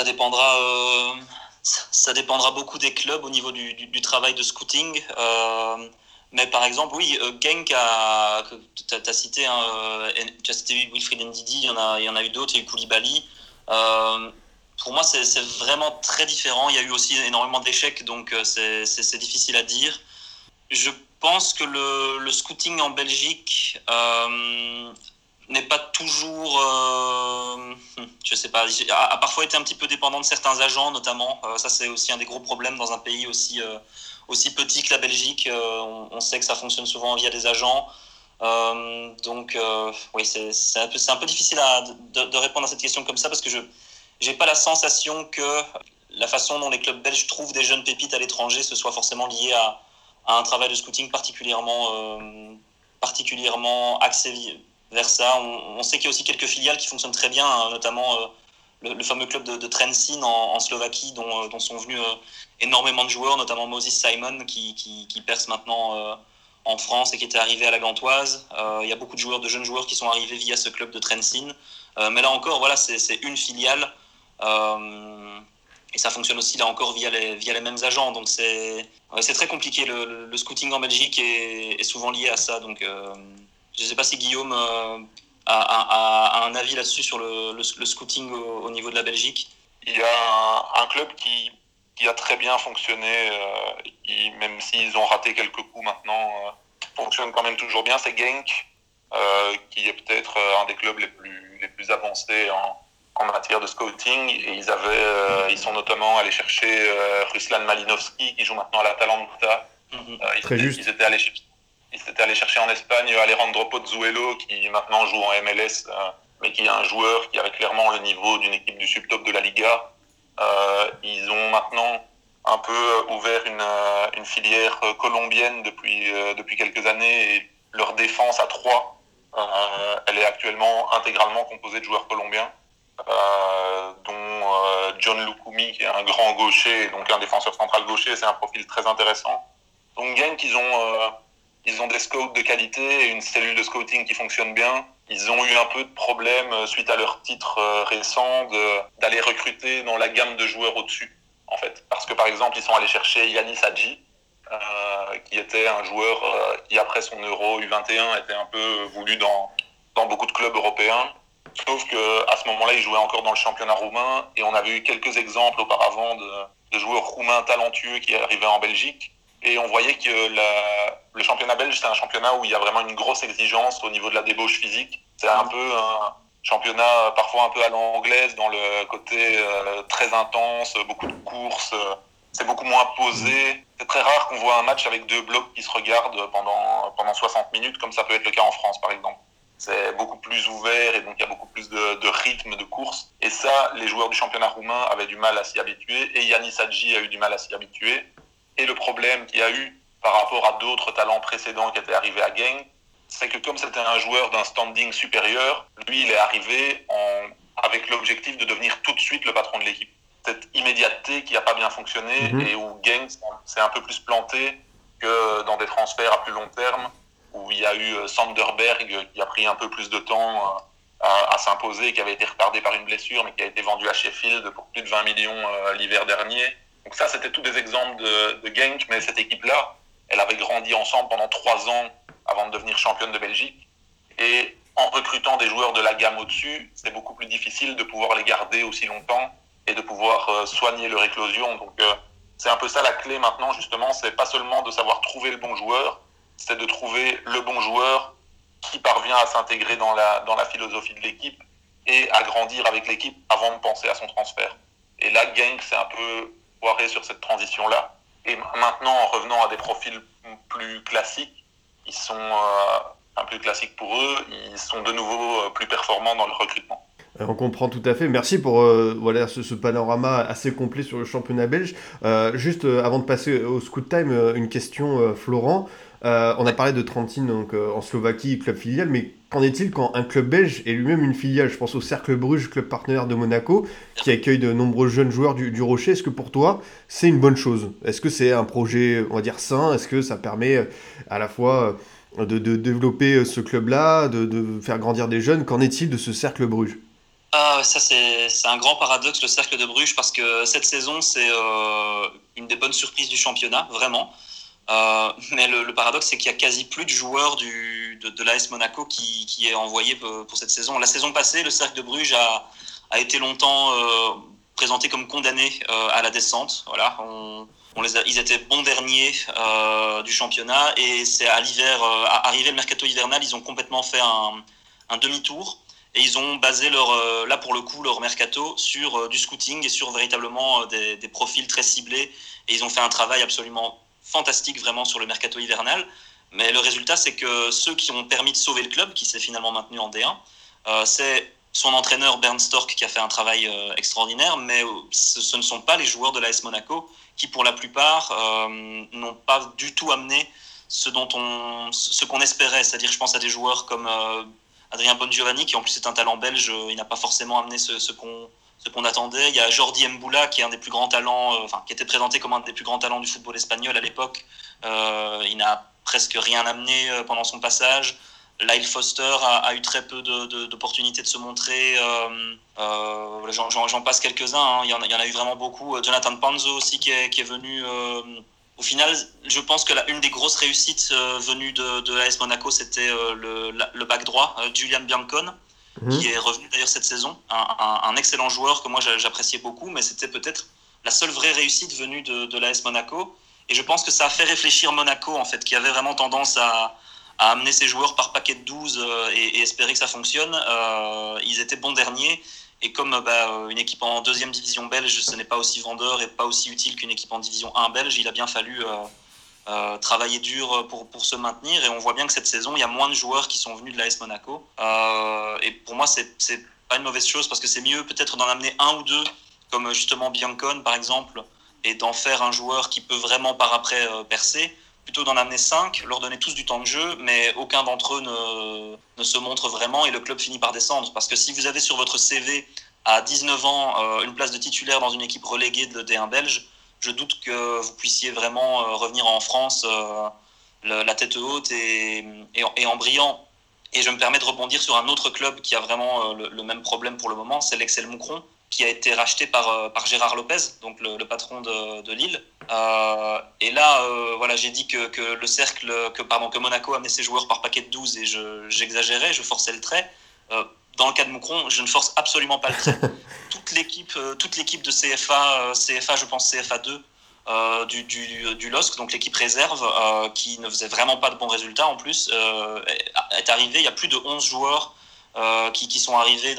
dépendra beaucoup des clubs au niveau du travail de scouting. Mais par exemple, oui, Genk, tu as cité, tu as cité Wilfried Ndidi, il y en a eu d'autres, il y a eu Koulibaly. Pour moi, c'est vraiment très différent. Il y a eu aussi énormément d'échecs, donc c'est difficile à dire. Je pense que le scouting en Belgique n'est pas toujours, je sais pas, a parfois été un petit peu dépendant de certains agents, notamment. Ça, c'est aussi un des gros problèmes dans un pays aussi petit que la Belgique. On sait que ça fonctionne souvent via des agents. Donc, oui, c'est un peu difficile de répondre à cette question comme ça, parce que je n'ai pas la sensation que la façon dont les clubs belges trouvent des jeunes pépites à l'étranger, ce soit forcément lié à un travail de scouting particulièrement axé vers ça. On sait qu'il y a aussi quelques filiales qui fonctionnent très bien, notamment le fameux club de Trenčín en Slovaquie, dont sont venus énormément de joueurs, notamment Moses Simon qui perce maintenant en France et qui était arrivé à la Gantoise. Il y a beaucoup de jeunes joueurs qui sont arrivés via ce club de Trenčín. Mais là encore, voilà, c'est une filiale. Et ça fonctionne aussi là encore via les mêmes agents. Donc c'est très compliqué. Le scouting en Belgique est souvent lié à ça. Donc je ne sais pas si Guillaume a un avis là-dessus sur le scouting au niveau de la Belgique. Il y a un club qui a très bien fonctionné, même s'ils ont raté quelques coups maintenant, fonctionne quand même toujours bien. C'est Genk, qui est peut-être un des clubs les plus avancés en matière de scouting, et ils sont notamment allés chercher Ruslan Malinovski qui joue maintenant à l'Atalanta. Très juste. Ils étaient allés chercher en Espagne Alejandro Pozuelo qui maintenant joue en MLS, mais qui est un joueur qui avait clairement le niveau d'une équipe du subtop de la Liga. Ils ont maintenant un peu ouvert une filière colombienne depuis quelques années, et leur défense à 3, elle est actuellement intégralement composée de joueurs colombiens. Dont John Lukumi, qui est un grand gaucher, donc un défenseur central gaucher. C'est un profil très intéressant. Donc Genk, ils ont des scouts de qualité et une cellule de scouting qui fonctionne bien. Ils ont eu un peu de problème suite à leur titre récent d'aller recruter dans la gamme de joueurs au-dessus, en fait. Parce que par exemple, ils sont allés chercher Yanis Hadji, qui était un joueur qui après son Euro U21 était un peu voulu dans beaucoup de clubs européens. Sauf qu'à ce moment-là, il jouait encore dans le championnat roumain, et on avait eu quelques exemples auparavant de joueurs roumains talentueux qui arrivaient en Belgique. Et on voyait que le championnat belge, c'est un championnat où il y a vraiment une grosse exigence au niveau de la débauche physique. C'est un peu un championnat parfois un peu à l'anglaise, dans le côté très intense, beaucoup de courses. C'est beaucoup moins posé. C'est très rare qu'on voit un match avec 2 blocs qui se regardent pendant 60 minutes, comme ça peut être le cas en France, par exemple. C'est beaucoup plus ouvert, et donc il y a beaucoup plus de rythme de course. Et ça, les joueurs du championnat roumain avaient du mal à s'y habituer, et Yanis Hadji a eu du mal à s'y habituer. Et le problème qu'il y a eu par rapport à d'autres talents précédents qui étaient arrivés à Genk, c'est que comme c'était un joueur d'un standing supérieur, lui, il est arrivé avec l'objectif de devenir tout de suite le patron de l'équipe. Cette immédiateté qui n'a pas bien fonctionné, et où Genk s'est un peu plus planté que dans des transferts à plus long terme, où il y a eu Sanderberg qui a pris un peu plus de temps à s'imposer, qui avait été retardé par une blessure, mais qui a été vendu à Sheffield pour plus de 20 millions l'hiver dernier. Donc ça, c'était tous des exemples de Genk, mais cette équipe-là, elle avait grandi ensemble pendant 3 ans avant de devenir championne de Belgique. Et en recrutant des joueurs de la gamme au-dessus, c'est beaucoup plus difficile de pouvoir les garder aussi longtemps et de pouvoir soigner leur éclosion. Donc c'est un peu ça la clé maintenant, justement. C'est pas seulement de savoir trouver le bon joueur, c'est de trouver le bon joueur qui parvient à s'intégrer dans la philosophie de l'équipe et à grandir avec l'équipe avant de penser à son transfert. Et là, Genk s'est un peu foiré sur cette transition-là. Et maintenant, en revenant à des profils plus classiques, ils sont plus classiques pour eux, ils sont de nouveau plus performants dans le recrutement. On comprend tout à fait. Merci pour ce panorama assez complet sur le championnat belge. Juste avant de passer au Scoot Time, une question, Florent. On a parlé de Trenčín, donc en Slovaquie, club filial, mais qu'en est-il quand un club belge est lui-même une filiale ? Je pense au Cercle Bruges, club partenaire de Monaco, qui accueille de nombreux jeunes joueurs du Rocher. Est-ce que pour toi, c'est une bonne chose ? Est-ce que c'est un projet, on va dire, sain ? Est-ce que ça permet à la fois de développer ce club-là, de faire grandir des jeunes ? Qu'en est-il de ce Cercle Bruges ? Ça, c'est un grand paradoxe, le Cercle de Bruges, parce que cette saison, c'est une des bonnes surprises du championnat, vraiment. Mais le paradoxe, c'est qu'il y a quasi plus de joueurs de l'AS Monaco qui est envoyé pour cette saison. La saison passée, le Cercle de Bruges a été longtemps présenté comme condamné à la descente. Voilà, ils étaient bons derniers du championnat, et c'est à l'hiver, arrivé le mercato hivernal, ils ont complètement fait un demi-tour, et ils ont basé là pour le coup leur mercato sur du scouting et sur véritablement des profils très ciblés, et ils ont fait un travail absolument fantastique vraiment sur le mercato hivernal. Mais le résultat, c'est que ceux qui ont permis de sauver le club, qui s'est finalement maintenu en D1, c'est son entraîneur Bernd Storck qui a fait un travail extraordinaire, mais ce ne sont pas les joueurs de l'AS Monaco qui, pour la plupart, n'ont pas du tout amené ce qu'on espérait. C'est-à-dire, je pense à des joueurs comme Adrien Bongiovanni, qui en plus est un talent belge, il n'a pas forcément amené ce qu'on attendait. Il y a Jordi Mboula, qui est un des plus grands talents, qui était présenté comme un des plus grands talents du football espagnol à l'époque. Il n'a presque rien amené pendant son passage. Lyle Foster a eu très peu d'opportunités de se montrer. J'en passe quelques-uns. Il y en a eu vraiment beaucoup. Jonathan Panzo aussi qui est venu. Au final, je pense que une des grosses réussites venues de l'AS Monaco, c'était le back droit, Julian Biancone, qui est revenu d'ailleurs cette saison. Un excellent joueur que moi j'appréciais beaucoup, mais c'était peut-être la seule vraie réussite venue de l'AS Monaco. Et je pense que ça a fait réfléchir Monaco, en fait, qui avait vraiment tendance à amener ses joueurs par paquet de 12 et espérer que ça fonctionne. Ils étaient bons derniers, et comme une équipe en deuxième division belge, ce n'est pas aussi vendeur et pas aussi utile qu'une équipe en division 1 belge, il a bien fallu travailler dur pour se maintenir, et on voit bien que cette saison, il y a moins de joueurs qui sont venus de l'AS Monaco. Et pour moi, c'est pas une mauvaise chose, parce que c'est mieux peut-être d'en amener un ou deux, comme justement Biancone par exemple, et d'en faire un joueur qui peut vraiment par après percer, plutôt d'en amener 5, leur donner tous du temps de jeu, mais aucun d'entre eux ne se montre vraiment, et le club finit par descendre. Parce que si vous avez sur votre CV à 19 ans une place de titulaire dans une équipe reléguée de D1 belge, je doute que vous puissiez vraiment revenir en France la tête haute et en brillant. Et je me permets de rebondir sur un autre club qui a vraiment le même problème pour le moment, c'est l'Excel Moucron, qui a été racheté par Gérard Lopez, donc le patron de Lille. Et là, j'ai dit que le cercle, que Monaco amenait ses joueurs par paquet de 12, et j'exagérais, je forçais le trait. Dans le cas de Moucron, je ne force absolument pas le trait. toute l'équipe de CFA, je pense CFA 2, du LOSC, donc l'équipe réserve, qui ne faisait vraiment pas de bons résultats en plus, est arrivée. Il y a plus de 11 joueurs qui sont arrivés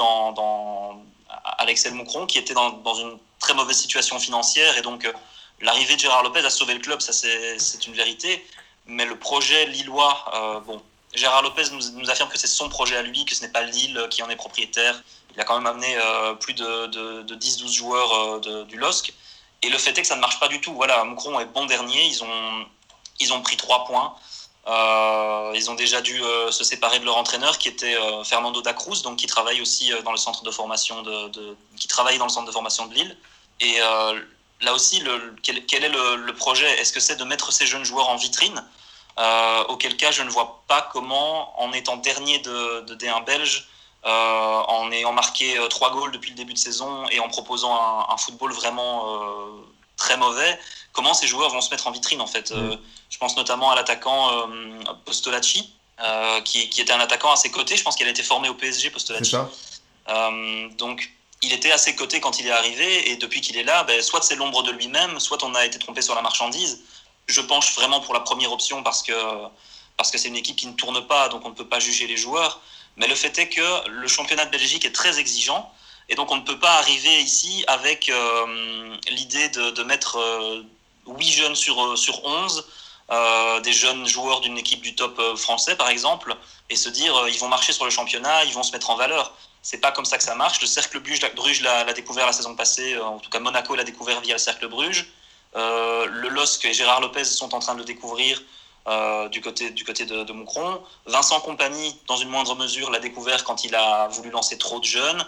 à l'Excel Moucron, qui était dans une très mauvaise situation financière, et donc l'arrivée de Gérard Lopez a sauvé le club, ça c'est une vérité. Mais le projet lillois, Gérard Lopez nous affirme que c'est son projet à lui, que ce n'est pas Lille qui en est propriétaire. Il a quand même amené plus de 10-12 joueurs du LOSC, et le fait est que ça ne marche pas du tout. Voilà, Moucron est bon dernier, ils ont pris 3 points. Ils ont déjà dû se séparer de leur entraîneur, qui était Fernando da Cruz, donc qui travaille aussi dans le centre de formation qui travaille dans le centre de formation de Lille. Et là aussi, quel est le projet ? Est-ce que c'est de mettre ces jeunes joueurs en vitrine ? Auquel cas, je ne vois pas comment, en étant dernier de D1 belge, en ayant marqué 3 goals depuis le début de saison et en proposant un football vraiment très mauvais, comment ces joueurs vont se mettre en vitrine, en fait. Je pense notamment à l'attaquant Postolacci, qui était un attaquant à ses côtés. Je pense qu'il a été formé au PSG, Postolacci. C'est ça. Donc, il était à ses côtés quand il est arrivé, et depuis qu'il est là, soit c'est l'ombre de lui-même, soit on a été trompé sur la marchandise. Je penche vraiment pour la première option, parce que c'est une équipe qui ne tourne pas, donc on ne peut pas juger les joueurs. Mais le fait est que le championnat de Belgique est très exigeant, et donc on ne peut pas arriver ici avec l'idée de mettre 8 jeunes sur 11, des jeunes joueurs d'une équipe du top français par exemple, et se dire ils vont marcher sur le championnat, ils vont se mettre en valeur. C'est pas comme ça que ça marche. Le Cercle Bruges l'a découvert la saison passée, en tout cas Monaco l'a découvert via le Cercle Bruges. Le LOSC et Gérard Lopez sont en train de le découvrir du côté de Moucron. Vincent Kompany, dans une moindre mesure, l'a découvert quand il a voulu lancer trop de jeunes.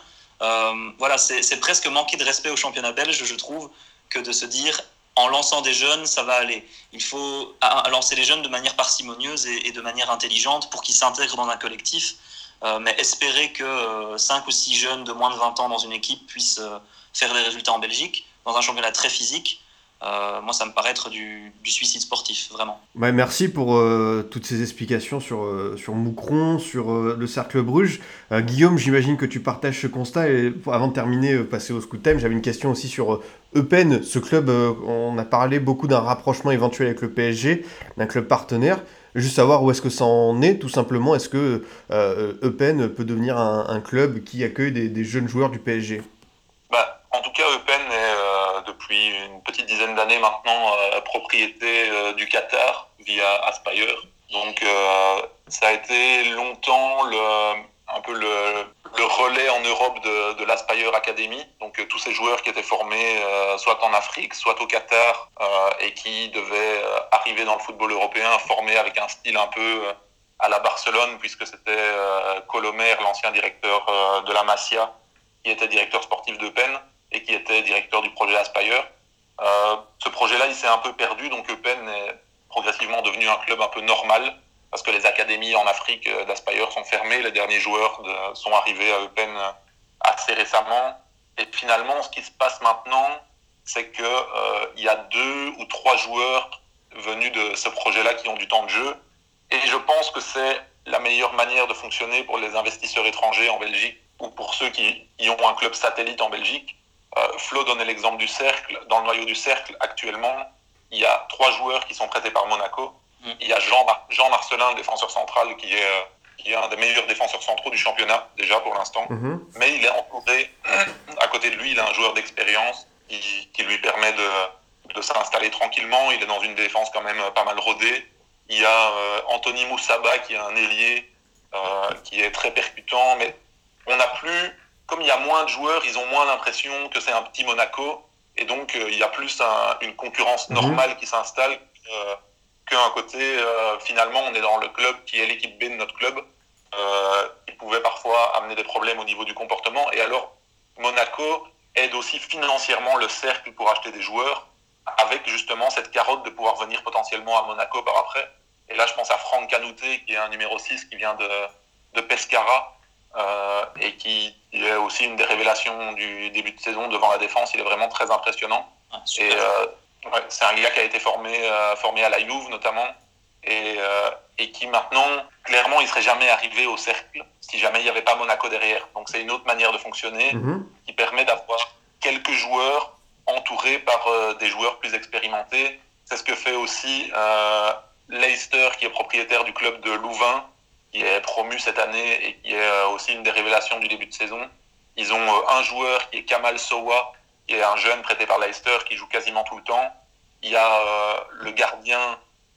C'est presque manquer de respect au championnat belge, je trouve, que de se dire en lançant des jeunes, ça va aller. Il faut lancer les jeunes de manière parcimonieuse et de manière intelligente pour qu'ils s'intègrent dans un collectif. Mais espérer que 5 ou 6 jeunes de moins de 20 ans dans une équipe puissent faire des résultats en Belgique, dans un championnat très physique, moi ça me paraît être du suicide sportif, vraiment. Ouais, merci pour toutes ces explications sur Moucron, sur le Cercle Bruges. Guillaume, j'imagine que tu partages ce constat. Et avant de terminer, passer au Scoot Time, j'avais une question aussi sur Eupen. Ce club, on a parlé beaucoup d'un rapprochement éventuel avec le PSG, d'un club partenaire. Juste savoir où est-ce que ça en est, tout simplement. Est-ce que Eupen peut devenir un club qui accueille des jeunes joueurs du PSG ? En tout cas, Eupen est depuis une petite dizaine d'années maintenant propriété du Qatar via Aspire. Donc ça a été longtemps un peu le relais en Europe de l'Aspire Academy. Donc tous ces joueurs qui étaient formés soit en Afrique, soit au Qatar et qui devaient arriver dans le football européen formés avec un style un peu à la Barcelone, puisque c'était Colomer, l'ancien directeur de la Masia, qui était directeur sportif d'Eupen et qui était directeur du projet Aspire. Ce projet-là, il s'est un peu perdu, donc Eupen est progressivement devenu un club un peu normal, parce que les académies en Afrique d'Aspire sont fermées, les derniers joueurs sont arrivés à Eupen assez récemment. Et finalement, ce qui se passe maintenant, c'est que y a 2 ou 3 joueurs venus de ce projet-là qui ont du temps de jeu. Et je pense que c'est la meilleure manière de fonctionner pour les investisseurs étrangers en Belgique, ou pour ceux qui ont un club satellite en Belgique. Flo donnait l'exemple du Cercle. Dans le noyau du Cercle, actuellement, il y a 3 joueurs qui sont prêtés par Monaco. Il y a Jean Marcelin, le défenseur central, qui est un des meilleurs défenseurs centraux du championnat, déjà pour l'instant. Mais il est entouré, à côté de lui, il a un joueur d'expérience qui lui permet de s'installer tranquillement. Il est dans une défense quand même pas mal rodée. Il y a Anthony Moussaba, qui est un ailier qui est très percutant, mais on n'a plus, comme il y a moins de joueurs, ils ont moins l'impression que c'est un petit Monaco, et donc il y a plus une concurrence normale qui s'installe qu'un côté, finalement, on est dans le club qui est l'équipe B de notre club, qui pouvait parfois amener des problèmes au niveau du comportement. Et alors, Monaco aide aussi financièrement le Cercle pour acheter des joueurs, avec justement cette carotte de pouvoir venir potentiellement à Monaco par après. Et là, je pense à Franck Canouté, qui est un numéro 6, qui vient de Pescara, et qui est aussi une des révélations du début de saison devant la défense. Il est vraiment très impressionnant. Et c'est un gars qui a été formé à la Juve notamment, et qui maintenant, clairement, il serait jamais arrivé au Cercle si jamais il n'y avait pas Monaco derrière. Donc c'est une autre manière de fonctionner qui permet d'avoir quelques joueurs entourés par des joueurs plus expérimentés. C'est ce que fait aussi Leicester, qui est propriétaire du club de Louvain, qui est promu cette année et qui est aussi une des révélations du début de saison. Ils ont un joueur qui est Kamal Sowa, qui est un jeune prêté par Leicester, qui joue quasiment tout le temps. Il y a le gardien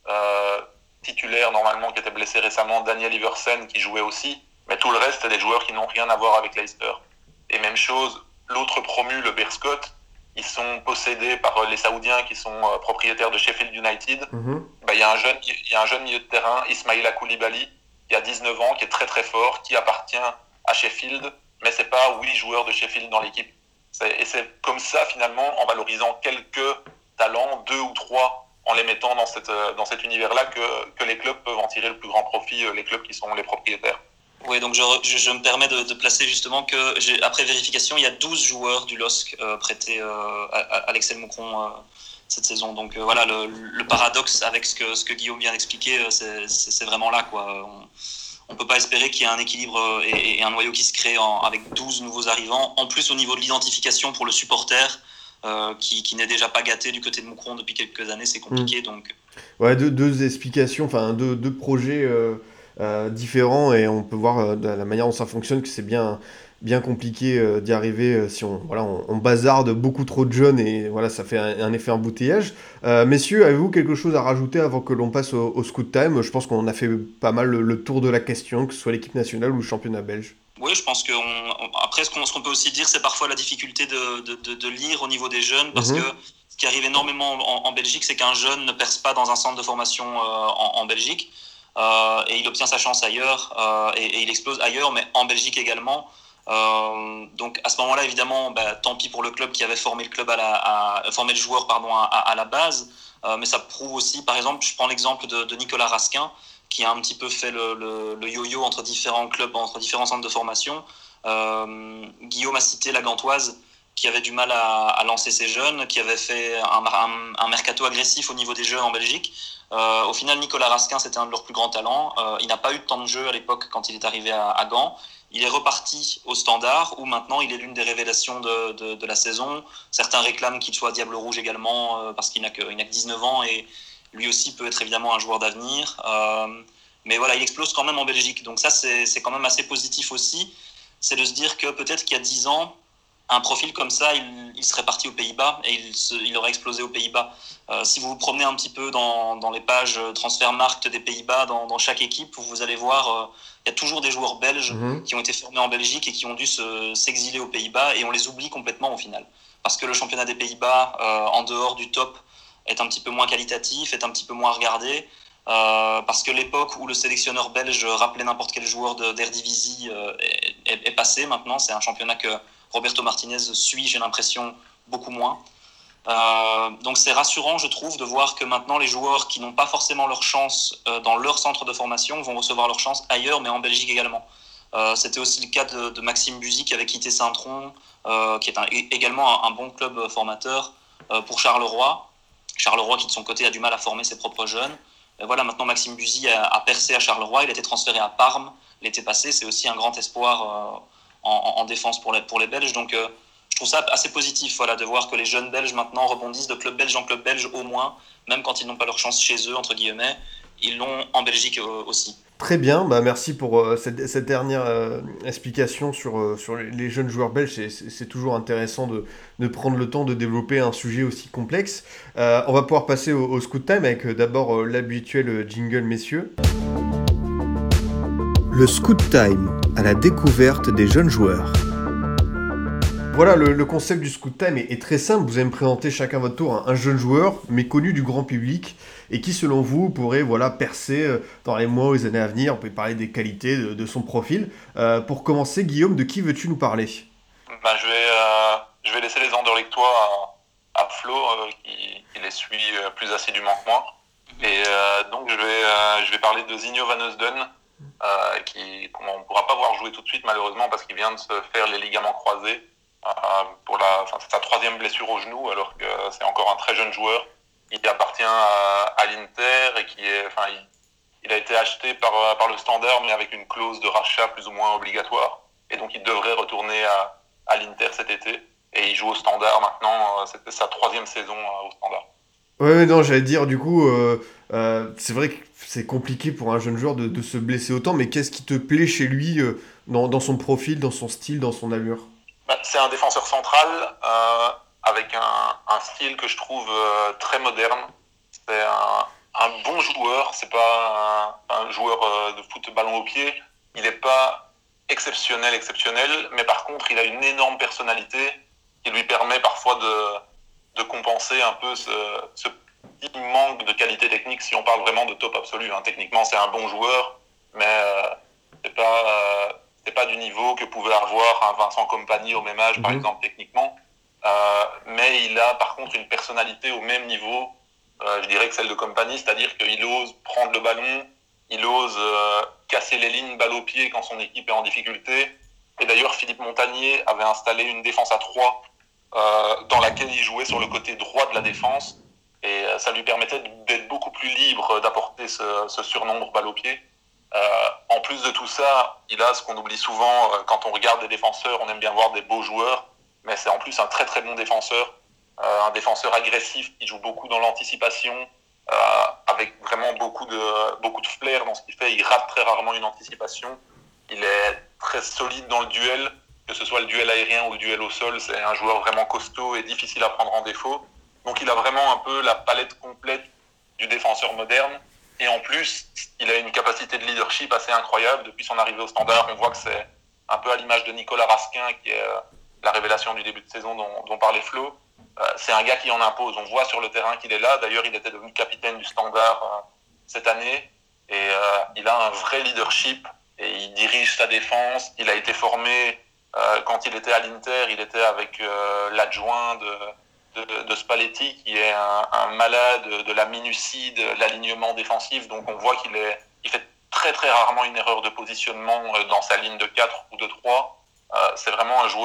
titulaire, normalement, qui était blessé récemment, Daniel Iversen, qui jouait aussi. Mais tout le reste, c'est des joueurs qui n'ont rien à voir avec Leicester. Et même chose, l'autre promu, le Berscott, ils sont possédés par les Saoudiens qui sont propriétaires de Sheffield United. Il y a un jeune milieu de terrain, Ismaïla Koulibaly, qui a 19 ans, qui est très très fort, qui appartient à Sheffield, mais c'est pas 8 joueurs de Sheffield dans l'équipe. Et c'est comme ça, finalement, en valorisant quelques talents, 2 ou 3, en les mettant dans cet univers-là, que les clubs peuvent en tirer le plus grand profit, les clubs qui sont les propriétaires. Oui, donc je me permets de placer justement que, après vérification, il y a 12 joueurs du LOSC prêtés à l'Excel Moucron cette saison. Donc voilà, le paradoxe avec ce que Guillaume vient d'expliquer, c'est vraiment là, quoi. On peut pas espérer qu'il y ait un équilibre et un noyau qui se crée avec 12 nouveaux arrivants. En plus, au niveau de l'identification pour le supporter, qui n'est déjà pas gâté du côté de Moucron depuis quelques années, c'est compliqué. Donc... Ouais, deux explications, enfin deux projets différents, et on peut voir de la manière dont ça fonctionne que c'est bien compliqué d'y arriver si on bazarde beaucoup trop de jeunes, et voilà, ça fait un effet embouteillage. Messieurs, avez-vous quelque chose à rajouter avant que l'on passe au Scoot Time ? Je pense qu'on a fait pas mal le tour de la question, que ce soit l'équipe nationale ou le championnat belge. Oui, je pense après, ce qu'on peut aussi dire, c'est parfois la difficulté de lire au niveau des jeunes, parce que ce qui arrive énormément en Belgique, c'est qu'un jeune ne perce pas dans un centre de formation en Belgique, et il obtient sa chance ailleurs, et il explose ailleurs, mais en Belgique également. Donc à ce moment-là, évidemment, tant pis pour le club qui avait formé le joueur à la base, mais ça prouve aussi, par exemple, je prends l'exemple de Nicolas Raskin, qui a un petit peu fait le yo-yo entre différents clubs, entre différents centres de formation. Guillaume a cité la Gantoise. qui avait du mal à lancer ses jeunes, qui avait fait un mercato agressif au niveau des jeunes en Belgique. Au final, Nicolas Raskin, c'était un de leurs plus grands talents. Il n'a pas eu de temps de jeu à l'époque quand il est arrivé à Gand. Il est reparti au Standard, où maintenant il est l'une des révélations de la saison. Certains réclament qu'il soit Diable Rouge également, parce qu'il n'a que 19 ans, et lui aussi peut être évidemment un joueur d'avenir. Mais voilà, il explose quand même en Belgique. Donc ça, c'est quand même assez positif aussi. C'est de se dire que peut-être qu'il y a 10 ans, un profil comme ça, il serait parti aux Pays-Bas et il aurait explosé aux Pays-Bas. Si vous vous promenez un petit peu dans les pages Transfermarkt des Pays-Bas, dans chaque équipe, vous allez voir, il y a toujours des joueurs belges qui ont été formés en Belgique et qui ont dû s'exiler aux Pays-Bas, et on les oublie complètement au final. Parce que le championnat des Pays-Bas, en dehors du top, est un petit peu moins qualitatif, est un petit peu moins regardé. Parce que l'époque où le sélectionneur belge rappelait n'importe quel joueur d'Eredivisie est passé maintenant. C'est un championnat que Roberto Martinez suit, j'ai l'impression, beaucoup moins. Donc c'est rassurant, je trouve, de voir que maintenant les joueurs qui n'ont pas forcément leur chance dans leur centre de formation vont recevoir leur chance ailleurs, mais en Belgique également. C'était aussi le cas de Maxime Buzy, qui avait quitté Saint-Tron, qui est également un bon club formateur, pour Charleroi. Charleroi qui de son côté a du mal à former ses propres jeunes. Et voilà, maintenant Maxime Buzy a percé à Charleroi, il a été transféré à Parme l'été passé. C'est aussi un grand espoir en défense pour les Belges. Donc je trouve ça assez positif, voilà, de voir que les jeunes Belges maintenant rebondissent de club belge en club belge au moins, même quand ils n'ont pas leur chance chez eux, entre guillemets, ils l'ont en Belgique aussi. Très bien, merci pour cette dernière explication sur les jeunes joueurs belges. C'est toujours intéressant de prendre le temps de développer un sujet aussi complexe. On va pouvoir passer au Scout Time avec d'abord l'habituel jingle, messieurs. Le Scout Time, à la découverte des jeunes joueurs. Voilà, le concept du Scout Time est très simple. Vous allez me présenter chacun votre tour un jeune joueur, mais connu du grand public, et qui, selon vous, pourrait percer dans les mois ou les années à venir. On peut parler des qualités de son profil. Pour commencer, Guillaume, de qui veux-tu nous parler ? Je vais laisser les Anderlechtois à Flo, qui les suit plus assidûment que moi. Et donc, je vais parler de Zinho Van Heusden, on ne pourra pas voir jouer tout de suite, malheureusement, parce qu'il vient de se faire les ligaments croisés. C'est sa 3e blessure au genou, alors que c'est encore un très jeune joueur. Il appartient à l'Inter et il a été acheté par le Standard, mais avec une clause de rachat plus ou moins obligatoire. Et donc il devrait retourner à l'Inter cet été. Et il joue au Standard maintenant. C'était sa 3e saison au Standard. Ouais, non, j'allais dire, du coup, c'est vrai que c'est compliqué pour un jeune joueur de se blesser autant, mais qu'est-ce qui te plaît chez lui dans son profil, dans son style, dans son allure ? C'est un défenseur central avec un style que je trouve très moderne. C'est un bon joueur, c'est pas un joueur de foot ballon au pied. Il n'est pas exceptionnel, mais par contre il a une énorme personnalité qui lui permet parfois de compenser un peu ce petit manque de qualité technique, si on parle vraiment de top absolu. Techniquement c'est un bon joueur, mais c'est pas du niveau que pouvait avoir un Vincent Kompany au même âge, par exemple, techniquement. Mais il a par contre une personnalité au même niveau, je dirais, que celle de Kompany, c'est-à-dire qu'il ose prendre le ballon, il ose casser les lignes balle au pied quand son équipe est en difficulté. Et d'ailleurs, Philippe Montagnier avait installé une défense à 3 dans laquelle il jouait sur le côté droit de la défense. Et ça lui permettait d'être beaucoup plus libre, d'apporter ce surnombre balle au pied. En plus de tout ça, il a ce qu'on oublie souvent quand on regarde des défenseurs, on aime bien voir des beaux joueurs, mais c'est en plus un très très bon défenseur, un défenseur agressif qui joue beaucoup dans l'anticipation, avec vraiment beaucoup de flair dans ce qu'il fait. Il rate très rarement une anticipation. Il est très solide dans le duel, que ce soit le duel aérien ou le duel au sol. C'est un joueur vraiment costaud et difficile à prendre en défaut. Donc il a vraiment un peu la palette complète du défenseur moderne. Et en plus, il a une capacité de leadership assez incroyable. Depuis son arrivée au Standard, on voit que c'est un peu à l'image de Nicolas Raskin, qui est la révélation du début de saison dont parlait Flo. C'est un gars qui en impose. On voit sur le terrain qu'il est là. D'ailleurs, il était devenu capitaine du Standard cette année. Et il a un vrai leadership et il dirige sa défense. Il a été formé quand il était à l'Inter. Il était avec l'adjoint de Spalletti, qui est un malade de la minutie de l'alignement défensif. Donc on voit il fait très très rarement une erreur de positionnement dans sa ligne de 4 ou de 3. C'est vraiment un joueur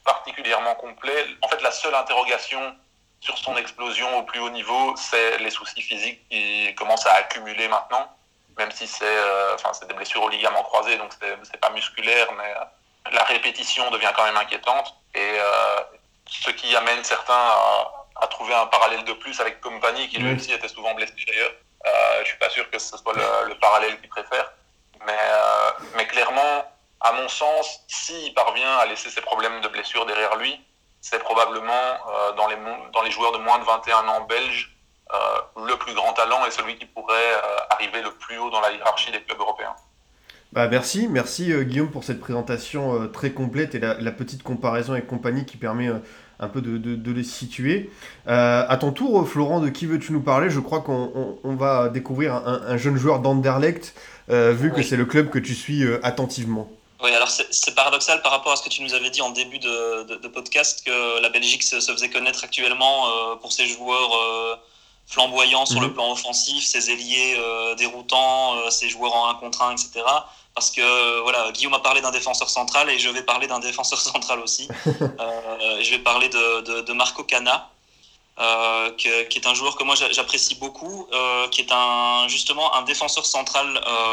particulièrement complet. En fait, la seule interrogation sur son explosion au plus haut niveau, c'est les soucis physiques qui commencent à accumuler maintenant, même si c'est des blessures aux ligaments croisés, donc c'est pas musculaire, mais la répétition devient quand même inquiétante. Et ce qui amène certains à trouver un parallèle de plus avec Kompany, qui lui aussi était souvent blessé d'ailleurs. Je suis pas sûr que ce soit le parallèle qu'il préfère, mais clairement, à mon sens, s'il parvient à laisser ses problèmes de blessure derrière lui, c'est probablement dans les joueurs de moins de 21 ans belges le plus grand talent et celui qui pourrait arriver le plus haut dans la hiérarchie des clubs européens. Merci Guillaume pour cette présentation très complète et la petite comparaison avec Kompany qui permet un peu de les situer. À ton tour, Florent, de qui veux-tu nous parler ? Je crois qu'on va découvrir un jeune joueur d'Anderlecht, vu que c'est le club que tu suis attentivement. Oui, alors c'est paradoxal par rapport à ce que tu nous avais dit en début de podcast, que la Belgique se faisait connaître actuellement pour ses joueurs flamboyants sur le plan offensif, ses ailiers déroutants, ses joueurs en 1 contre 1, etc. Parce que voilà, Guillaume a parlé d'un défenseur central et je vais parler d'un défenseur central aussi. Je vais parler de Marco Cana, qui est un joueur que moi j'apprécie beaucoup, qui est justement un défenseur central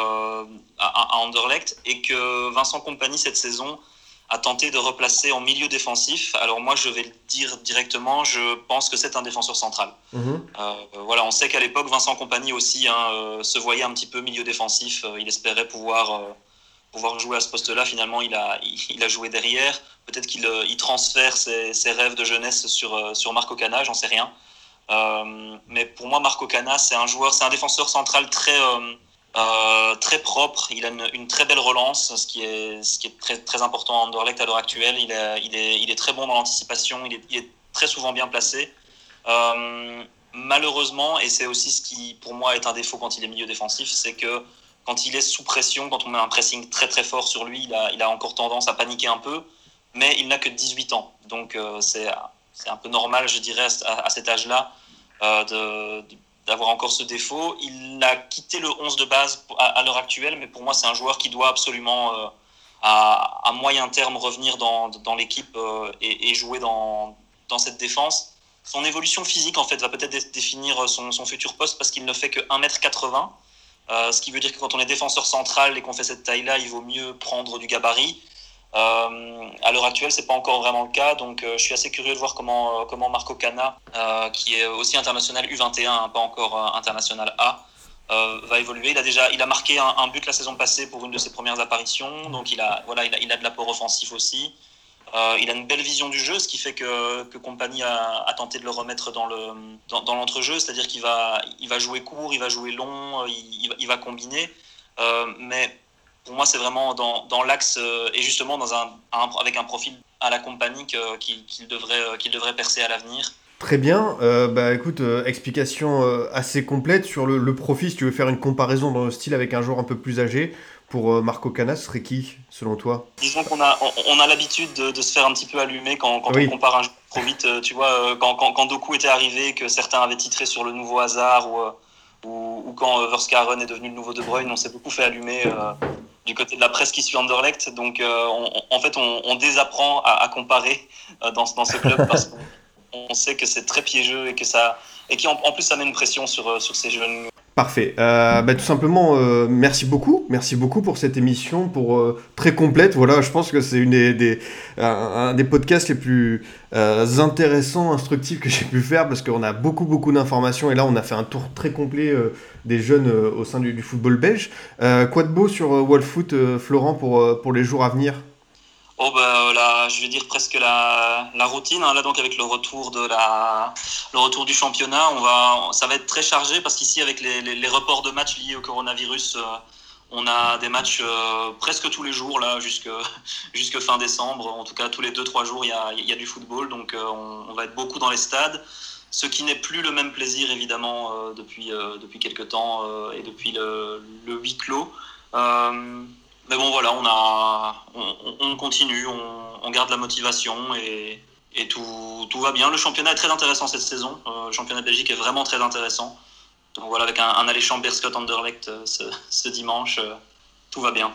à Anderlecht, et que Vincent Kompany cette saison a tenté de replacer en milieu défensif. Alors moi je vais le dire directement, je pense que c'est un défenseur central. Voilà, on sait qu'à l'époque Vincent Kompany aussi se voyait un petit peu milieu défensif, il espérait pouvoir jouer à ce poste-là. Finalement il a joué derrière. Peut-être qu'il transfère ses rêves de jeunesse sur Marco Cana, j'en sais rien. Mais pour moi, Marco Cana, c'est un défenseur central très propre. Il a une très belle relance, ce qui est très, très important à Anderlecht à l'heure actuelle. Il est très bon dans l'anticipation, il est très souvent bien placé. Malheureusement, et c'est aussi ce qui, pour moi, est un défaut quand il est milieu défensif, c'est que quand il est sous pression, quand on met un pressing très très fort sur lui, il a encore tendance à paniquer un peu. Mais il n'a que 18 ans, donc c'est un peu normal, je dirais, à cet âge-là, d'avoir encore ce défaut. Il a quitté le 11 de base à l'heure actuelle, mais pour moi, c'est un joueur qui doit absolument, à moyen terme, revenir dans l'équipe et jouer dans cette défense. Son évolution physique, en fait, va peut-être définir son futur poste, parce qu'il ne fait que 1m80, ce qui veut dire que quand on est défenseur central et qu'on fait cette taille-là, il vaut mieux prendre du gabarit. À l'heure actuelle, c'est pas encore vraiment le cas, donc je suis assez curieux de voir comment Marco Cana, qui est aussi international U21, pas encore international A, va évoluer. Il a marqué un but la saison passée pour une de ses premières apparitions, donc il a de l'apport offensif aussi. Il a une belle vision du jeu, ce qui fait que Kompany a tenté de le remettre dans l'entrejeu, c'est-à-dire qu'il va jouer court, il va jouer long, il va combiner, mais pour moi, c'est vraiment dans l'axe et justement avec un profil à la Kompany qu'il devrait percer à l'avenir. Très bien. Écoute, explication assez complète sur le profil. Si tu veux faire une comparaison dans le style avec un joueur un peu plus âgé, pour Marco Cana, ce serait qui, selon toi ? Disons qu'on a l'habitude de se faire un petit peu allumer quand on compare un joueur trop vite. Tu vois, quand Doku était arrivé, que certains avaient titré sur le nouveau Hazard, ou quand Verskaren est devenu le nouveau De Bruyne, on s'est beaucoup fait allumer du côté de la presse qui suit Anderlecht. Donc on désapprend à comparer dans ce club, parce qu'on sait que c'est très piégeux et qu'en plus ça met une pression sur ces jeunes. Parfait. Tout simplement, merci beaucoup pour cette émission, très complète. Voilà, je pense que c'est un des podcasts les plus intéressants, instructifs que j'ai pu faire, parce qu'on a beaucoup d'informations, et là on a fait un tour très complet des jeunes au sein du football belge. Quoi de beau sur Wallfoot, Florent, pour les jours à venir ? Là, je vais dire presque la routine. Là, donc avec le retour du championnat, ça va être très chargé, parce qu'ici, avec les reports de matchs liés au coronavirus, on a des matchs presque tous les jours là, jusque fin décembre. En tout cas, tous les 2-3 jours, il y a du football, donc on va être beaucoup dans les stades. Ce qui n'est plus le même plaisir, évidemment, depuis quelques temps et depuis le huis clos. Mais bon, voilà, on continue, on garde la motivation et tout va bien. Le championnat est très intéressant cette saison. Le championnat belgique est vraiment très intéressant. Donc voilà, avec un alléchant Beerschot Anderlecht ce dimanche, tout va bien.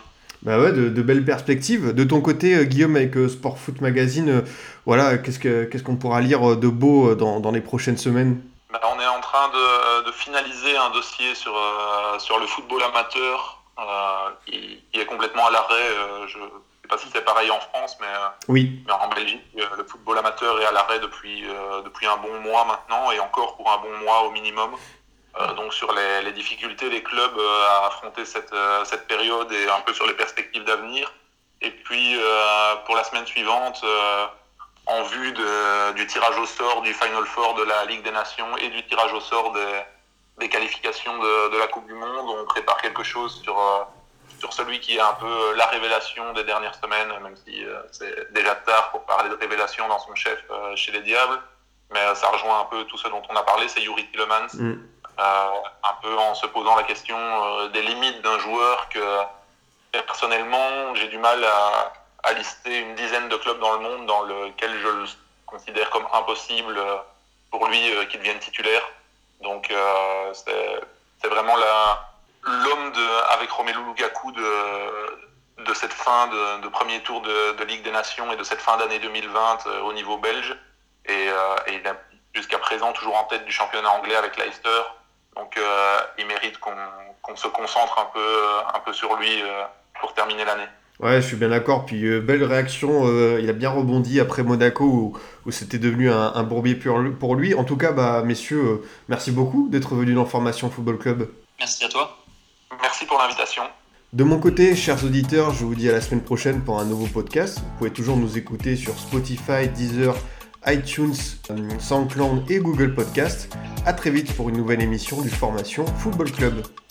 Bah ouais, de belles perspectives. De ton côté, Guillaume, avec Sport Foot Magazine, voilà, qu'est-ce qu'on pourra lire de beau dans les prochaines semaines? On est en train de finaliser un dossier sur le football amateur qui est complètement à l'arrêt. Je ne sais pas si c'est pareil en France, Oui. mais en Belgique, le football amateur est à l'arrêt depuis un bon mois maintenant, et encore pour un bon mois au minimum. Donc sur les difficultés des clubs à affronter cette période et un peu sur les perspectives d'avenir. Et puis pour la semaine suivante, en vue du tirage au sort du Final Four de la Ligue des Nations et du tirage au sort des qualifications de la Coupe du Monde, on prépare quelque chose sur celui qui est un peu la révélation des dernières semaines, même si c'est déjà tard pour parler de révélation dans son chef chez les Diables. Mais ça rejoint un peu tout ce dont on a parlé, c'est Youri Tielemans. Un peu en se posant la question des limites d'un joueur que personnellement j'ai du mal à lister une dizaine de clubs dans le monde dans lequel je le considère comme impossible pour lui qu'il devienne titulaire. Donc c'est vraiment l'homme avec Romelu Lukaku de cette fin de premier tour de Ligue des Nations et de cette fin d'année 2020 au niveau belge. Et il est jusqu'à présent toujours en tête du championnat anglais avec Leicester. Donc il mérite qu'on se concentre un peu sur lui pour terminer l'année. Ouais, je suis bien d'accord. Puis belle réaction, il a bien rebondi après Monaco où c'était devenu un bourbier pour lui. En tout cas, messieurs, merci beaucoup d'être venus dans Formation Football Club. Merci à toi. Merci pour l'invitation. De mon côté, chers auditeurs, je vous dis à la semaine prochaine pour un nouveau podcast. Vous pouvez toujours nous écouter sur Spotify, Deezer, iTunes, SoundCloud et Google Podcast. À très vite pour une nouvelle émission du Formation Football Club.